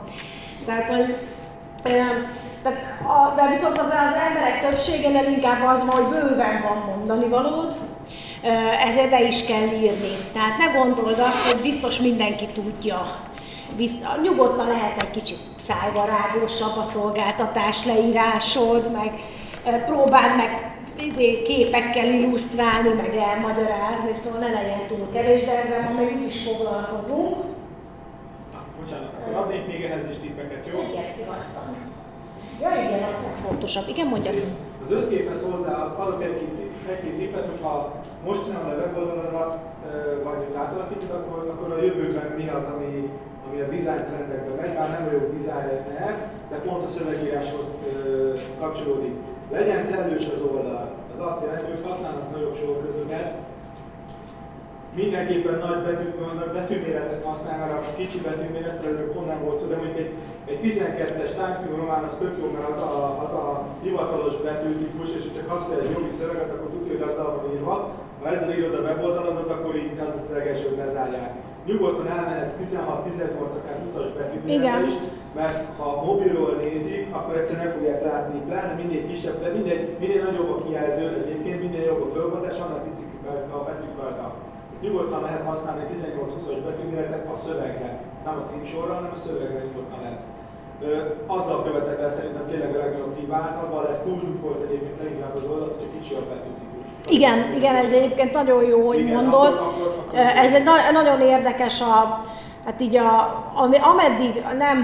De viszont az emberek többségénél inkább az van, hogy bőven van mondani valód, ezért be is kell írni. Tehát ne gondold azt, hogy biztos mindenki tudja. Nyugodtan lehet egy kicsit szájbarágósabb a szolgáltatás leírásod, meg próbáld meg képekkel illusztrálni, meg elmagyarázni, szóval ne legyen túl kevés, de ezzel ma még is foglalkozunk. Bocsánat, akkor adnék még ehhez is tippeket, jó? Egyet kihagytam. Ja, igen, az legfontosabb. Igen, mondjad. Az összképhez hozzá adok egy-két tippet, hogyha most csinálod a weboldaladat, vagy átalakítod, akkor a jövőben mi az, ami a design trendekben megy, bár nem vagyok designer, de pont a szövegíráshoz kapcsolódik. Legyen szellős az oldal. Az azt jelenti, hogy használhatsz nagyobb sorközöket, mindenképpen nagy betűméretet használ, mert a kicsi betűméretről pont nem volt szó, de mondjuk egy 12-es Times New Roman az tök jó, mert az a hivatalos betűtípus, és hogyha kapsz egy jogi szöveget, akkor tudja, hogy azzal van írva. Ha ezzel írod a weboldaladat, akkor így az a szöveges, hogy lezárják. Nyugodtan elmehetsz 16-18, akár 20-as betűméretre is, mert ha mobilról nézik, akkor egyszerűen nem fogják látni, pláne minél kisebb, de minél nagyobb a kijelző egyébként, minél jobb a fölbontás, annál picik a betűk rajta. Nyugodtan lehet használni 18-20-as betűméretet a szövegre, nem a címsorra, hanem a szövegre nyugodtan lehet. Azzal követek el szerintem tényleg a legnagyobb hibát, ez túl zsúfolt egyébként leginkább az oldalt, hogy kicsi a betűtípus. Igen, ez egyébként nagyon jó, hogy igen, mondod. Akkor ez egy nagyon érdekes, hát így ameddig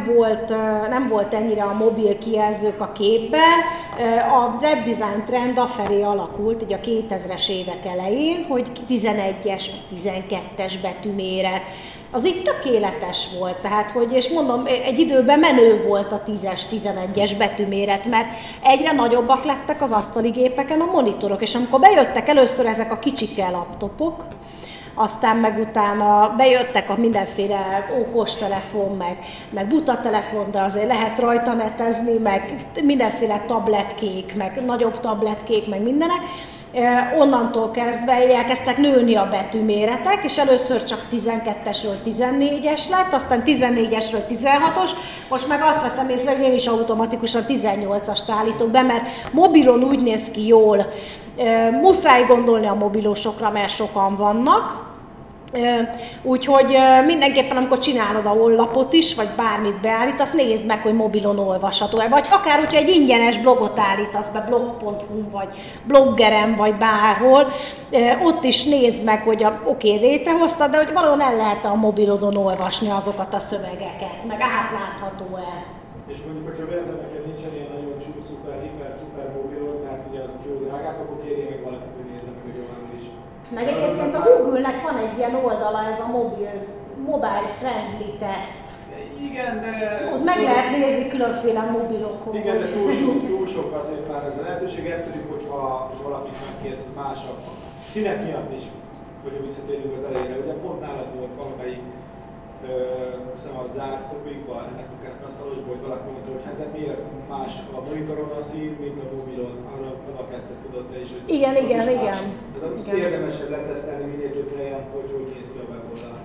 nem volt ennyire a mobil kijelzők a képben, a webdesign trend afelé alakult, így a 2000-es évek elején, hogy 11-es, 12-es betűméret. Az így tökéletes volt, tehát, hogy, és mondom, egy időben menő volt a 10-es, 11-es betűméret, mert egyre nagyobbak lettek az asztali gépeken a monitorok, és amikor bejöttek először ezek a kicsike laptopok, aztán meg utána bejöttek a mindenféle okostelefon, meg buta telefon, de azért lehet rajta netezni, meg mindenféle tabletkék, meg nagyobb tabletkék, meg mindenek. Onnantól kezdve elkezdtek nőni a betűméretek, és először csak 12-esről 14-es lett, aztán 14-esről 16-os, most meg azt veszem észre, hogy én is automatikusan 18-ast állítok be, mert mobilon úgy néz ki jól, muszáj gondolni a mobilosokra, mert sokan vannak. Úgyhogy mindenképpen, amikor csinálod a honlapot is, vagy bármit beállítasz, nézd meg, hogy mobilon olvasható-e, vagy akár úgy, egy ingyenes blogot állítasz be, blog.hu, vagy bloggeren, vagy bárhol, ott is nézd meg, hogy oké, létrehoztad, de hogy valahol el lehet a mobilodon olvasni azokat a szövegeket, meg átlátható-e. És mondjuk, hogyha véletlenül neked nincsen ilyen nagyon szuper mobilod, mert ugye azok jó drágák, akkor kérjél meg valakit, hogy nézze meg, hogy jól is. Meg egyébként a Google-nek van egy ilyen oldala, ez a mobile friendly test. Igen, de... Ott meg lehet nézni különféle mobilokon. Igen, de túl sok azért már ez a lehetőség. Egyszerűbb, hogyha valakit megkérsz, másabb. Színek miatt is, hogy visszatérjünk az elejére. Ugye pont nálad volt valamelyik, hiszem a zárt topikban, ennek a kerekasztalosból, hogy valaki mondta, hogy hát de miért más a monitoron a szín, mint a mobilon, arra kezdted tudod te is, hogy igen. Tehát érdemesebb letesztelni minél több helyen, hogy néz ki a weboldal.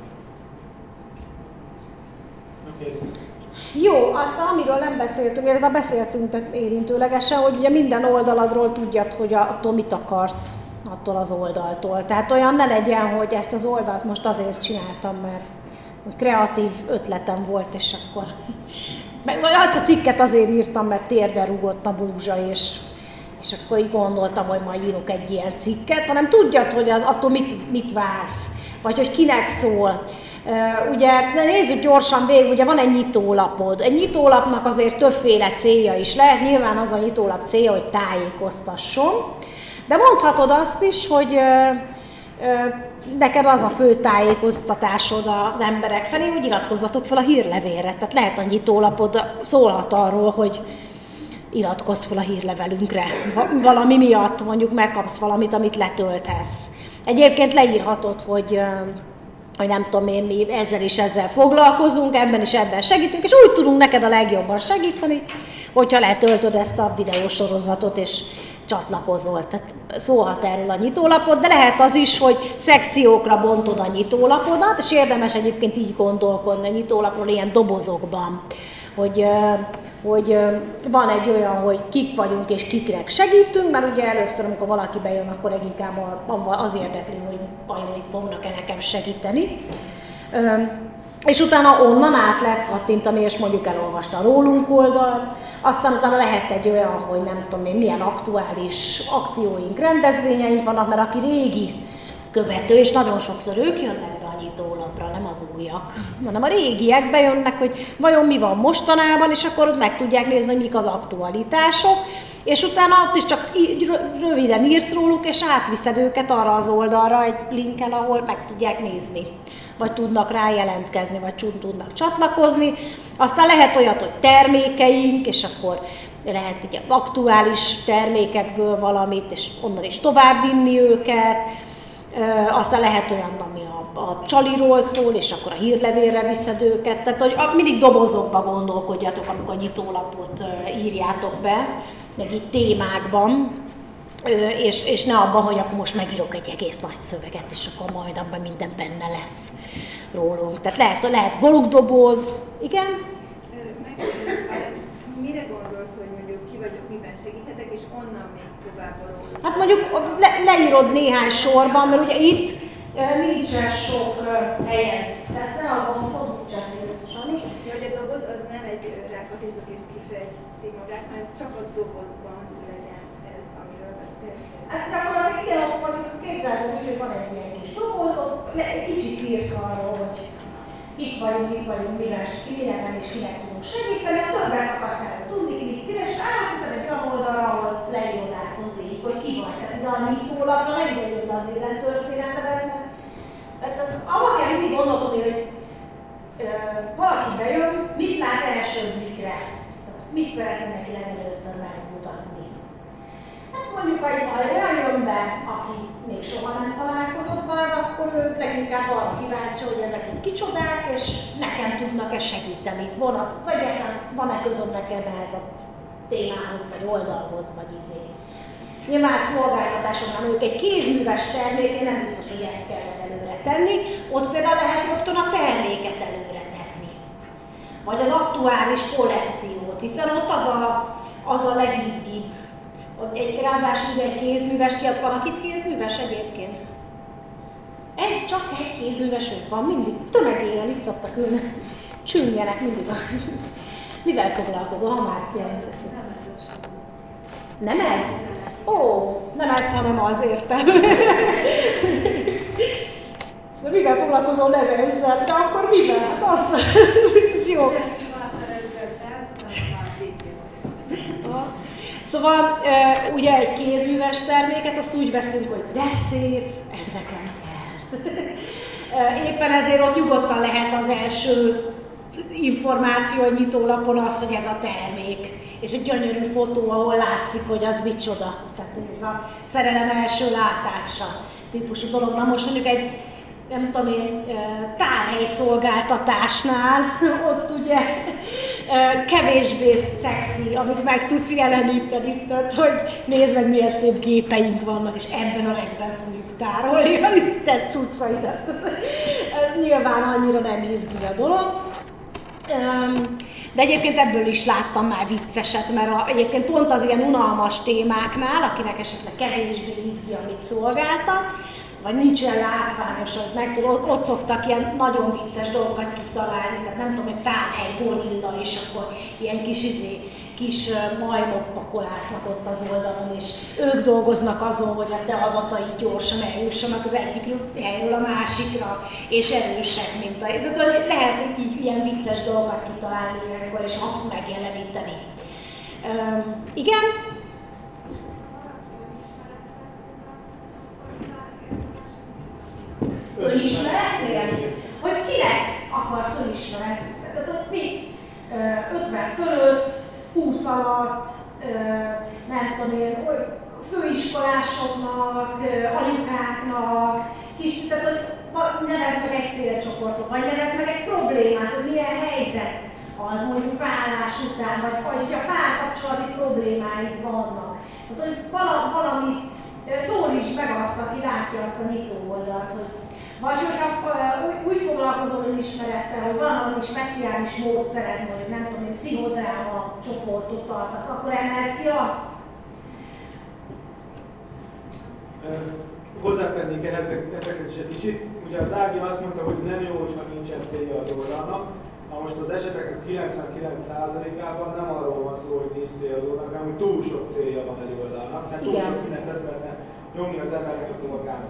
Okay. Jó, aztán amiről nem beszéltünk, illetve beszéltünk érintőlegesen, hogy ugye minden oldaladról tudjad, hogy attól mit akarsz, attól az oldaltól. Tehát olyan ne legyen, hogy ezt az oldalt most azért csináltam, mert kreatív ötletem volt, és akkor... Vagy azt a cikket azért írtam, mert térdre rúgott a blúzsa, és akkor így gondoltam, hogy majd írok egy ilyen cikket, hanem tudjad, hogy attól mit vársz, vagy hogy kinek szól. Ugye nézzük gyorsan végig, ugye van egy nyitólapod. Egy nyitólapnak azért többféle célja is lehet, nyilván az a nyitólap célja, hogy tájékoztasson, de mondhatod azt is, hogy neked az a fő tájékoztatásod az emberek felé, hogy iratkozzatok fel a hírlevélre. Tehát lehet a nyitólapod, szólhat arról, hogy iratkozz fel a hírlevelünkre. Valami miatt mondjuk megkapsz valamit, amit letölthetsz. Egyébként leírhatod, hogy nem tudom én, mi ezzel és ezzel foglalkozunk, ebben és ebben segítünk, és úgy tudunk neked a legjobban segíteni, hogyha letöltöd ezt a videósorozatot és csatlakozol. Tehát szólhat erről a nyitólapod, de lehet az is, hogy szekciókra bontod a nyitólapodat, és érdemes egyébként így gondolkodni a nyitólapról ilyen dobozokban, hogy van egy olyan, hogy kik vagyunk és kiknek segítünk, mert ugye először, amikor valaki bejön, akkor leginkább az érdekli, hogy vajon itt fognak-e nekem segíteni. És utána onnan át lehet kattintani, és mondjuk elolvasta a rólunk oldalt, aztán utána lehet egy olyan, hogy nem tudom én, milyen aktuális akcióink, rendezvényeink vannak, mert aki régi követő, és nagyon sokszor ők jönnek be a nyitólapra, nem az újak, hanem a régiek bejönnek, hogy vajon mi van mostanában, és akkor ott meg tudják nézni, hogy mik az aktualitások, és utána ott is csak röviden írsz róluk, és átviszed őket arra az oldalra egy linkkel, ahol meg tudják nézni, vagy tudnak rá jelentkezni, vagy tudnak csatlakozni. Aztán lehet olyat, hogy termékeink, és akkor lehet ugye aktuális termékekből valamit, és onnan is tovább vinni őket. Aztán lehet olyan, ami a csaliról szól, és akkor a hírlevélre viszed őket. Tehát hogy mindig dobozokba gondolkodjatok, amikor a nyitólapot írjátok be, meg így témákban, és ne abban, hogy akkor most megírok egy egész nagy szöveget, és akkor majd abban minden benne lesz rólunk. Tehát lehet bolugdoboz. Igen? Mire gondolsz, hogy mondjuk ki vagyok, miben segíthetek, és onnan még tovább való? Hát mondjuk leírod néhány sorban, mert ugye itt nincsen sok helyet. Tehát ne abban fontosan ez sajnos. Hogy a doboz az nem egy rákattintok és kifejti magát, hanem csak a dobozban legyen ez, amiről beszéltél. Hát gyakorlatilag igen, ott mondjuk képzeld, hogy van egy ilyen kis doboz, ott egy kicsit írsz arról, hogy itt vagyunk, minek és kinek tudunk segíteni, a többet akarsz el tudni, és átviszed egy olyan oldalra, ahol leírod át hozzáig, hogy ki vagy. Tehát ide a nyitólapra nem ide be az élettörténetedet, mert abban kell mindig gondolkodni, hogy valaki bejön, mit lát első blikre, mit szeretne neki legelőször megmutatni. Hát mondjuk, hogy olyan jön be, aki még soha nem találkozott veled, akkor ő leginkább arra kíváncsi, hogy ezek itt kicsodák, és nekem tudnak-e segíteni. Vagy van-e közöm nekem ehhez a témához, vagy oldalhoz, vagy izé. Nyilván szolgáltatásoknál mondjuk egy kézműves terméknél nem biztos, hogy ezt kell előre tenni, ott például lehet rögtön a terméket előre tenni. Vagy az aktuális kollekciót, hiszen ott az a legizgibb. Ráadásul egy kézműves kiad, van, akit kézműves egyébként? Csak egy kézművesünk van, mindig tömegéren itt szoktak ülni, csüngjenek mindig. Mivel foglalkozol, ha már jelentkezünk? Nem ez? Ó, nem ez, hanem az, értem. De mivel foglalkozol, nem ezzel, de akkor mivel? Hát az, ez jó. Szóval ugye egy kézműves terméket azt úgy veszünk, hogy de szép, ez nekem kell. Éppen ezért ott nyugodtan lehet az első információ a nyitólapon az, hogy ez a termék. És egy gyönyörű fotó, ahol látszik, hogy az micsoda. Tehát ez a szerelem első látásra típusú dolog. Na most mondjuk egy, nem tudom én, tárhely szolgáltatásnál, ott ugye kevésbé szexi, amit meg tudsz jeleníteni, tehát hogy nézd meg, milyen szép gépeink vannak, és ebben a regben fogjuk tárolni a te cuccaidat. Nyilván annyira nem izgi a dolog. De egyébként ebből is láttam már vicceset, mert egyébként pont az ilyen unalmas témáknál, akinek esetleg kevésbé izgi, amit szolgáltat, vagy nincs olyan látványos, hogy megtudod, ott szoktak ilyen nagyon vicces dolgokat kitalálni, tehát nem tudom, egy tárhely gorilla, és akkor ilyen kis majmok pakolásznak ott az oldalon, és ők dolgoznak azon, hogy a te adataid gyorsan eljussanak az egyik helyről a másikra, és erősek, mint a... Tehát lehet így ilyen vicces dolgokat kitalálni ilyenkor, és azt megjeleníteni. Igen? Önismeretnél? Hogy kinek akarsz önismeretni? Tehát ott mi? 50 fölött, 20 alatt, nem tudom én, főiskolásoknak, anyukáknak, tehát hogy nevezd meg egy célcsoportot, vagy nevezd meg egy problémát, hogy milyen helyzet az mondjuk vállás után, vagy hogy a párkapcsolati problémáid vannak. Tehát, hogy valami szólítsd meg azt, aki látja azt a nyitó oldalt, hogy vagy hogyha úgy foglalkozol önismerettel, hogy valami speciális módszered, mondjuk nem tudom, hogy pszichodráma csoportot tartasz, akkor emeld ki azt? Hozzátennék ezekhez is egy kicsit. Ugye az Ági azt mondta, hogy nem jó, hogyha nincsen célja az oldalnak. Na most az esetek 99%-ában nem arról van szó, hogy nincs célja az oldalnak, hanem hogy túl sok célja van egy oldalnak. Tehát túl sok mindent tesz lehetne nyomni az embernek a torkán.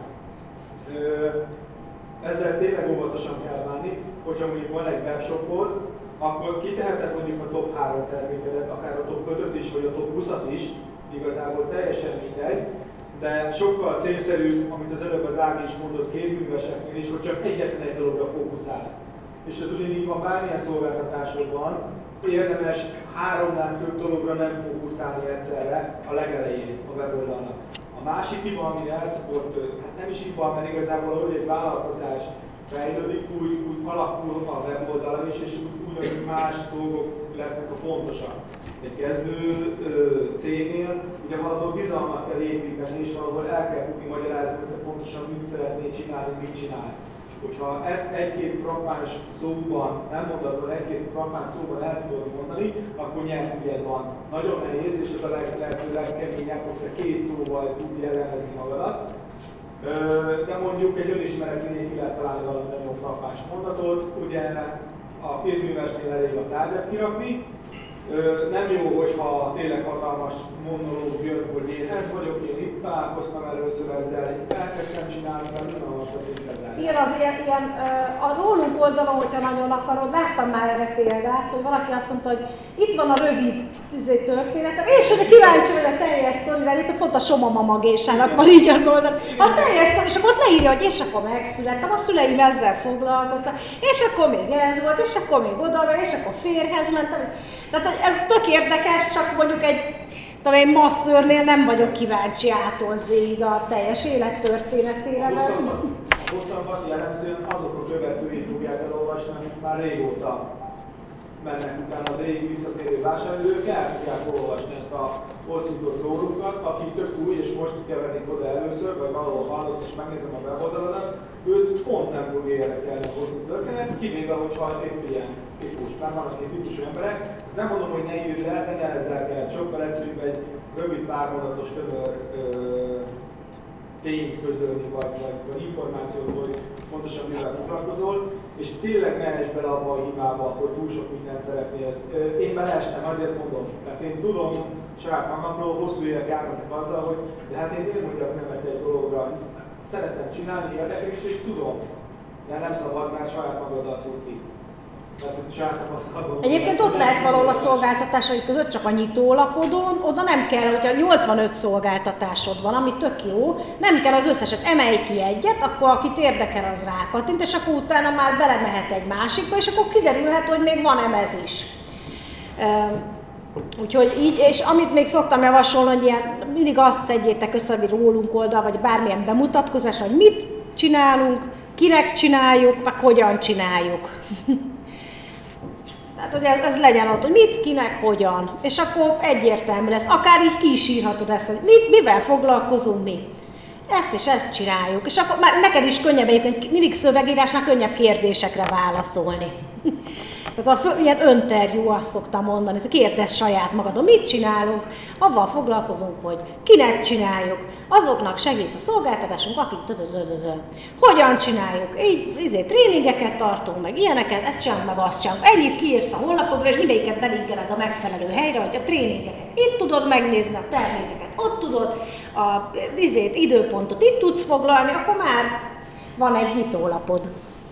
Ezzel tényleg óvatosan kell bánni, hogyha mondjuk van egy webshopod, akkor kiteheted mondjuk a top 3 termékedet, akár a top 5-öt is, vagy a top 20-at is, igazából teljesen mindegy, de sokkal célszerűbb, amit az előbb az Ági is mondott kézműveseknél is, hogy csak egyetlen egy dologra fókuszálsz. És ez ugyanígy van bármilyen szolgáltatásodban, érdemes 3-nál több dologra nem fókuszálni egyszerre a legelején a weboldalnak. A másik hiba, ami elszokott, hát nem is hiba, mert igazából ahogy egy vállalkozás fejlődik, úgy alakul a weboldala is, és úgy más dolgok lesznek a fontosak. Egy kezdő cégnél ugye valahol bizalmat kell építeni, és valahol el kell tudni magyarázni, hogy pontosan mit szeretnél csinálni, mit csinálsz. Hogyha ezt egy-két frappáns szóban, nem mondatban, egy-két frappáns szóban el tudod mondani, akkor nyert ügyed van. Nagyon nehéz, és ez a lehető legkeményebb, hogy te 2 szóval tud jellemezni magadat. De mondjuk egy önismeretnél ki lehet találni valami nagyon frappáns mondatot. Ugye a kézművesnél elég a tárgyat kirakni. Nem jó, hogyha tényleg hatalmas monológ jön, hogy én ez vagyok, én itt találkoztam először ezzel, elkezdtem csinálni, mert unalmas lesz itt ezzel. Igen, az ilyen a rólunk oldalon, hogyha nagyon akarod, láttam már erre példát, hogy valaki azt mondta, hogy itt van a rövid történetem, és hogy kíváncsi vagy a teljes sztorira, egyébként pont a Soma Mamagésának van így az oldal. A teljes sztori, és akkor azt leírja, hogy és akkor megszülettem, a szüleim ezzel foglalkoztak, és akkor még ez volt, és akkor még oda, és akkor férjhez mentem. Tehát hogy ez tök érdekes, csak mondjuk egy masszörnél nem vagyok kíváncsi A-tól Z-ig a teljes élettörténetére. hosszabbat jellemzően azok a követői fogják elolvasni, akik már régóta mennek utána a régi visszatérő vásárlók, el fogják olvasni ezt a hosszított rólunkat, aki tök új és most keverik oda először, vagy valahol hallott és megnézem a weboldalon, őt pont nem fog érdekelni a hosszú történet, kivéve, hogyha épp ilyen típus, már vannak ilyen típusú emberek. Nem mondom, hogy ne írj le, de ne ezzel kell. Sokkal egyszerűbb egy rövid pármondatos tömör tényt közölni, vagy információt, hogy pontosan mivel foglalkozol, és tényleg ne esd bele abba a hibába, hogy túl sok mindent szeretnél. Én beleestem, azért mondom. Tehát én tudom saját magamról, hosszú évek járnak azzal, hogy de hát én miért mondjak nemet egy dologra, hisz szeretem csinálni, érdekel is, és tudom. De nem szabad, mert saját magaddal szólsz ki. Egyébként ott lehet valahol a szolgáltatások között, csak a nyitólapodon, oda nem kell, hogyha 85 szolgáltatásod van, ami tök jó, nem kell az összeset, emelj ki egyet, akkor akit érdekel, az rákattint, és akkor utána már belemehet egy másikba, és akkor kiderülhet, hogy még van ez is. Úgyhogy így, és amit még szoktam javasolni, hogy ilyen, mindig azt szedjétek össze, hogy rólunk oldal, vagy bármilyen bemutatkozás, hogy mit csinálunk, kinek csináljuk, meg hogyan csináljuk. Tehát, hogy ez legyen ott, hogy mit, kinek, hogyan. És akkor egyértelmű lesz. Akár így ki is írhatod ezt, hogy mivel foglalkozunk mi. Ezt és ezt csináljuk. És akkor már neked is könnyebb egyébként, mindig szövegírásnál könnyebb kérdésekre válaszolni. Tehát ilyen önterjú, azt szoktam mondani, hogy kérdezz saját magadon, mit csinálunk, avval foglalkozunk, hogy kinek csináljuk, azoknak segít a szolgáltatásunk, akik hogyan csináljuk, így tréningeket tartunk, meg ilyeneket, ezt csinálunk, meg azt csinálunk. Ennyit kiírsz a honlapodra, és mindegyiket belinkeled a megfelelő helyre, hogy a tréningeket itt tudod megnézni, a termékeket ott tudod, a időpontot itt tudsz foglalni, akkor már van egy nyitólapod.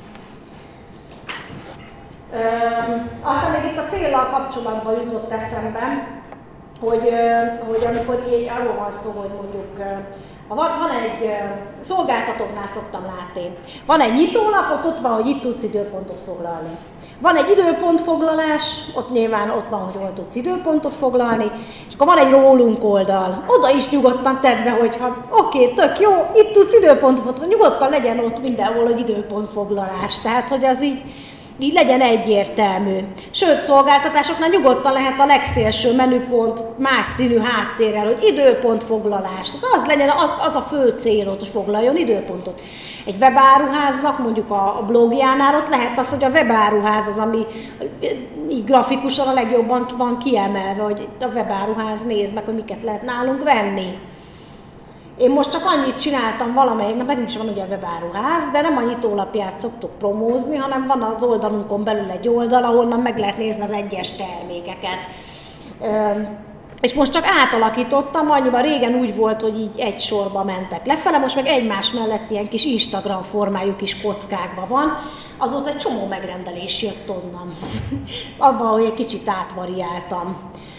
Aztán még itt a céllal kapcsolatban jutott eszembe, hogy amikor így arról van szó, hogy mondjuk van egy szolgáltatóknál szoktam látni, van egy nyitólap, ott van, hogy itt tudsz időpontot foglalni. Van egy időpontfoglalás, ott nyilván ott van, hogy hol tudsz időpontot foglalni, és akkor van egy rólunk oldal. Oda is nyugodtan tedd be, hogyha oké, tök jó, itt tudsz időpontot foglalni, nyugodtan legyen ott mindenhol egy időpontfoglalás. Tehát, hogy az így legyen egyértelmű. Sőt, szolgáltatásoknál nyugodtan lehet a legszélső menüpont más színű háttérrel, hogy időpontfoglalás. Tehát az legyen az a fő célod, hogy foglaljon időpontot. Egy webáruháznak, mondjuk a blogjánál ott lehet az, hogy a webáruház az, ami így grafikusan a legjobban van kiemelve, hogy a webáruház nézd meg, hogy miket lehet nálunk venni. Én most csak annyit csináltam valamelyik, nekünk is van ugye a webáruház, de nem a nyitólapját szoktuk promózni, hanem van az oldalunkon belül egy oldal, ahonnan meg lehet nézni az egyes termékeket. És most csak átalakítottam, annyiban régen úgy volt, hogy így egy sorba mentek lefele, most meg egymás mellett ilyen kis Instagram formájú kis kockákban van, azóta egy csomó megrendelés jött onnan, abban, hogy egy kicsit átvariáltam.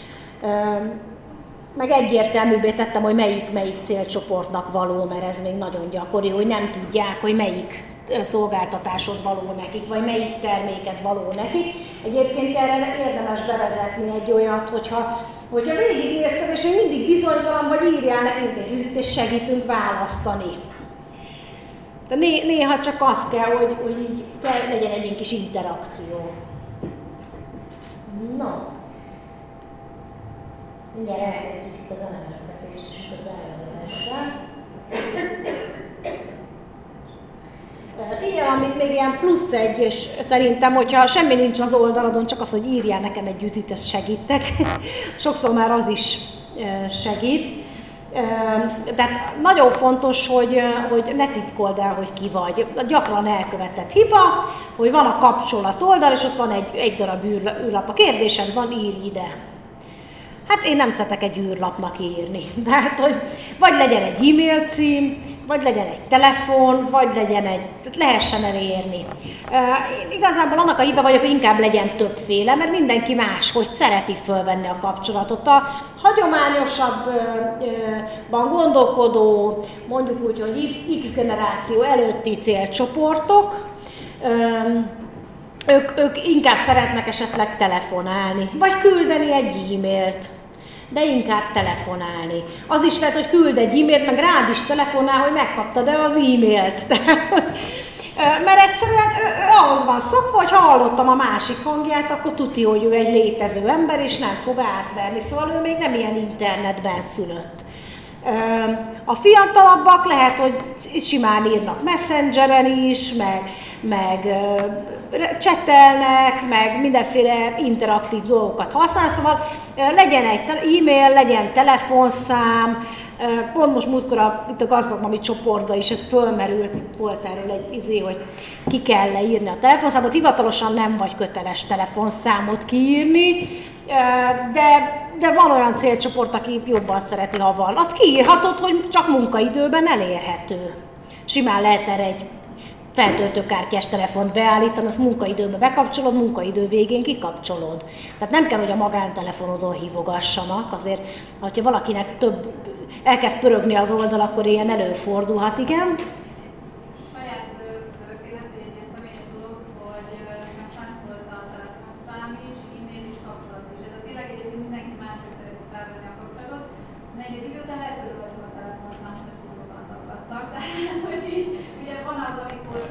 Meg egyértelműbbé tettem, hogy melyik célcsoportnak való, mert ez még nagyon gyakori, hogy nem tudják, hogy melyik szolgáltatásod való nekik, vagy melyik terméket való nekik. Egyébként erre érdemes bevezetni egy olyat, hogyha végignézted, és még mindig bizonytalan, vagy írjál nekünk egy üzlet, és segítünk választani. De néha csak az kell, hogy így legyen egy kis interakció. No. Mindjárt elkezdjük itt az elemezgetést, és akkor bejelentésre. Igen, amit még ilyen plusz egy, és szerintem, hogyha semmi nincs az oldaladon, csak az, hogy írjál nekem egy üzit, ezt segítek. Sokszor már az is segít. Tehát nagyon fontos, hogy ne titkold el, hogy ki vagy. Gyakran elkövetett hiba, hogy van a kapcsolat oldal, és ott van egy darab űrlap. A kérdésed van, írj ide. Hát én nem szeretek egy űrlapnak írni. Tehát, hogy vagy legyen egy e-mail cím, vagy legyen egy telefon, vagy legyen tehát lehessen elérni. Én igazából annak a híve vagyok, hogy inkább legyen többféle, mert mindenki máshogy szereti fölvenni a kapcsolatot. A hagyományosabban gondolkodó, mondjuk úgy, hogy X generáció előtti célcsoportok, ők inkább szeretnek esetleg telefonálni, vagy küldeni egy e-mailt. de inkább telefonálni. Az is lehet, hogy küld egy e-mailt, meg rád is telefonál, hogy megkaptad-e az e-mailt. Mert egyszerűen ahhoz van szokva, hogy ha hallottam a másik hangját, akkor tuti, hogy ő egy létező ember, és nem fog átverni. Szóval ő még nem ilyen internetben szülött. A fiatalabbak lehet, hogy simán írnak Messengeren is, meg csetelnek, meg mindenféle interaktív dolgokat használnak, szóval legyen egy e-mail, legyen telefonszám. Pont most múltkor itt a gazdagmami csoportban is ez fölmerült, itt volt erről egy hogy ki kell leírni a telefonszámot. Hivatalosan nem vagy köteles telefonszámot kiírni, de van olyan célcsoport, aki jobban szereti, ha van. Azt kiírhatod, hogy csak munkaidőben elérhető. Simán lehet erre egy feltöltőkártyás telefont beállítani, azt munkaidőben bekapcsolod, munkaidő végén kikapcsolod. Tehát nem kell, hogy a magántelefonodon hívogassanak, azért, ha valakinek elkezd pörögni az oldal, akkor ilyen előfordulhat, igen. Saját történet, hogy egy ilyen személyes dolog, hogy nekem volt a telefonszám is, e-mail is, kapcsolat is. Tehát tényleg egyébként mindenki máshogy szereti felvenni a kapcsolatot, de egy idő után lehet, hogy róltam a telefonszámot, hogy húzóban zaklattak. Tehát, hogy így, ugye van az, amikor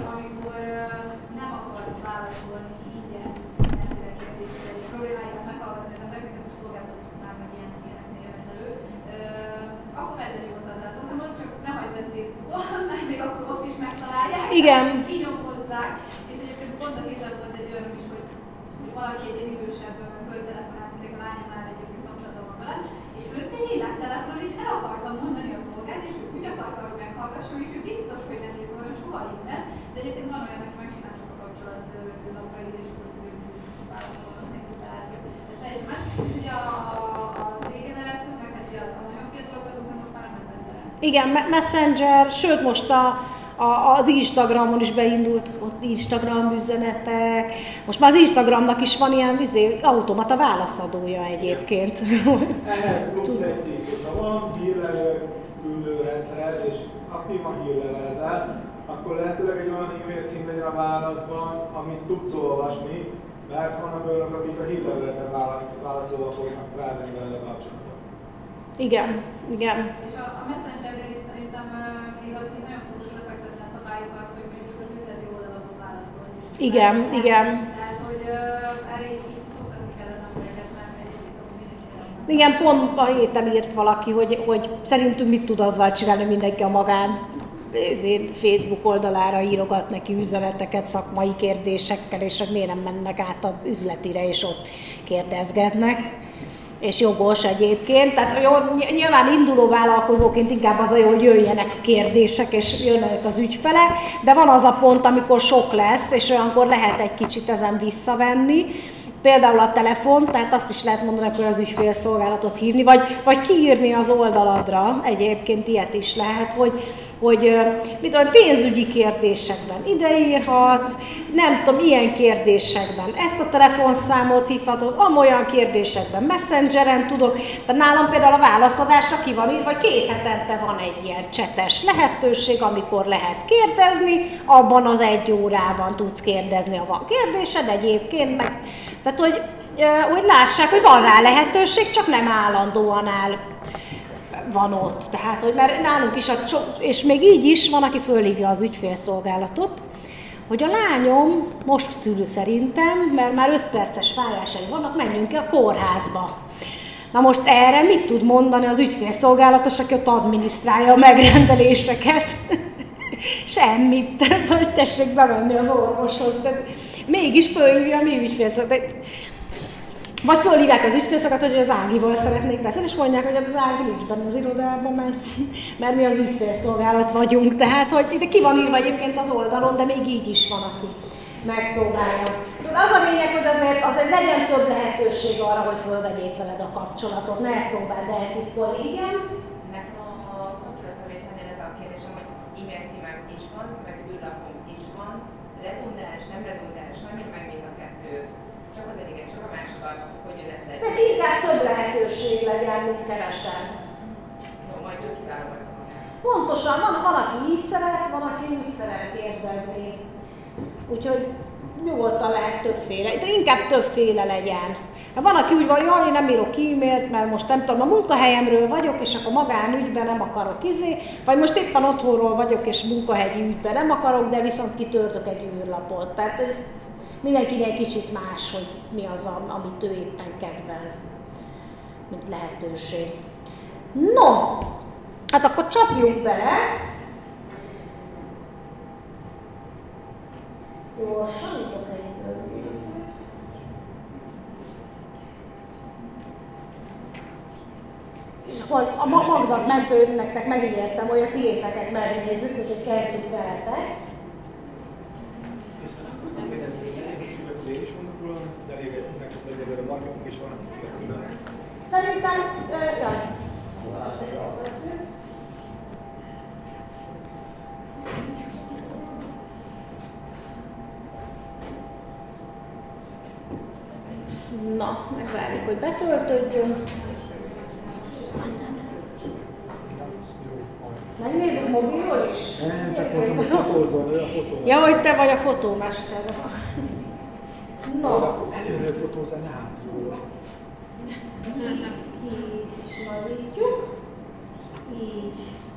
nem akarsz válaszolni ingyen mindenféle kérdésre, egy problémáikat meghallgatni az embereket, és szolgáltatóknál meg ilyeneknél jön ez elő. Akkor vedden nyugodtan a telefonszámot, csak ne hagyd be Facebookon, mert még akkor ott is megtalálják. Igen. Kinyomozzák. És egyébként pont a héten volt egy olyan is, hogy valaki egy idősebb hölgytelefonált, még a lányom már egyébként kapcsolatban van velem, és ő tényleg telefonon is el akartam mondani a dolgát, és ő úgy akarta, hogy meghallgassam, és ő biztos, hogy nem írt volna soha innen, de egyébként van olyan, aki megcsináltak a kapcsolat napra ide, és hogy válaszolnak neki, tehát ez teljesen más. Ugye a Z-generáció, meg hát ugye a nagyon fiatalok, azoknak most már a Messengeren. Igen, Messenger, sőt most az Instagramon is beindult, ott Instagram üzenetek. Most már az Instagramnak is van ilyen automata válaszadója egyébként. Ehhez plusz egy tipp, ha van hírlelő küldő rendszer, és aktívan hírlelezel, akkor lehetőleg egy olyan e-mail cím legyen a válaszban, amit tudsz olvasni, mert vannak olyanok, akik a hírleveletet válaszolva fognak felvenni vele kapcsolatot. Igen. És a Messengernél is szerintem még azt így nagyon fontos lefektetni a szabályokat, hogy mondjuk az üzleti oldalon válaszolni. Igen. Tehát, hogy erre így szoktatni kellene a embereket, mert egyébként Igen, pont a héten írt valaki, hogy szerintünk mit tud azzal csinálni, mindenki a magán Facebook oldalára írogat neki üzeneteket szakmai kérdésekkel, és hogy miért nem mennek át az üzletire, és ott kérdezgetnek. És jogos egyébként, tehát jó, nyilván induló vállalkozóként inkább az a jó, hogy jöjjenek a kérdések, és jönnek az ügyfele, de van az a pont, amikor sok lesz, és olyankor lehet egy kicsit ezen visszavenni. Például a telefon, tehát azt is lehet mondani, hogy az ügyfélszolgálatot hívni, vagy kiírni az oldaladra, egyébként ilyet is lehet, hogy mit tudom, pénzügyi kérdésekben ideírhatsz, nem tudom, ilyen kérdésekben ezt a telefonszámot hívhatod, amolyan kérdésekben Messengeren tudok, tehát nálam például a válaszadásra ki van írva, hogy 2 hetente van egy ilyen csetes lehetőség, amikor lehet kérdezni, abban az 1 órában tudsz kérdezni, ha van kérdésed, egyébként meg, tehát hogy lássák, hogy van rá lehetőség, csak nem állandóan van ott. Tehát, hogy mert nálunk is, és még így is van, aki fölhívja az ügyfélszolgálatot, hogy a lányom most szül szerintem, mert már 5 perces fájásai vannak, menjünk ki a kórházba. Na most erre mit tud mondani az ügyfélszolgálatos, aki ott adminisztrálja a megrendeléseket? Semmit, tehát, hogy tessék bemenni az orvoshoz. De mégis fölhívja a mi ügyfélszolgálatot. Vagy fölhívják az ügyfélszolgálatot, hogy az Ágival szeretnék beszélni, és mondják, hogy az Ági nincs benne az irodában, mert mi az ügyfélszolgálat vagyunk. Tehát, hogy ide ki van írva egyébként az oldalon, de még így is van, aki megpróbálja. Szóval az a lényeg, hogy azért legyen több lehetőség arra, hogy fölvegyék veled a kapcsolatot, ne próbáld eltitkolni. Igen? Nekem a kapcsolatbevételnél ez a kérdésem, hogy e-mail címem is van, meg űrlapom is van, redundáns, nem redundáns, nagyon megnyit a kettőt. Csak az egyik, csak a másikat, hogy jön ez legyen. Tehát inkább több lehetőség legyen, mint keresem. Jó, majd ő kiválogatom. Pontosan, van aki így szeret, van aki úgy szeret kérdezni. Úgyhogy nyugodtan lehet többféle, de inkább többféle legyen. Van, aki úgy van, jaj, én nem írok e-mailt, mert most nem tudom, a munkahelyemről vagyok, és akkor magánügyben nem akarok vagy most éppen otthonról vagyok, és munkahelyi ügyben nem akarok, de viszont kitöltök egy űrlapot. Tehát mindenkinek kicsit más, hogy mi az, amit ő éppen kedvel, mint lehetőség. No, hát akkor csapjunk bele. Gyorsan, itt a és akkor a magzatmentő nektek megígértem, hogy a tiéteket megnézzük, úgyhogy kezdjük veletek. Szerintem, jaj. Na, megvárjuk, hogy betöltődjön. Megnézzük mobilról is? Nem, csak mondtam, hogy fotózzon, ő a fotómester. Ja, hogy te vagy a fotómester. No. Előre fotózzál, ne hátulról. Kismarítjuk. Így.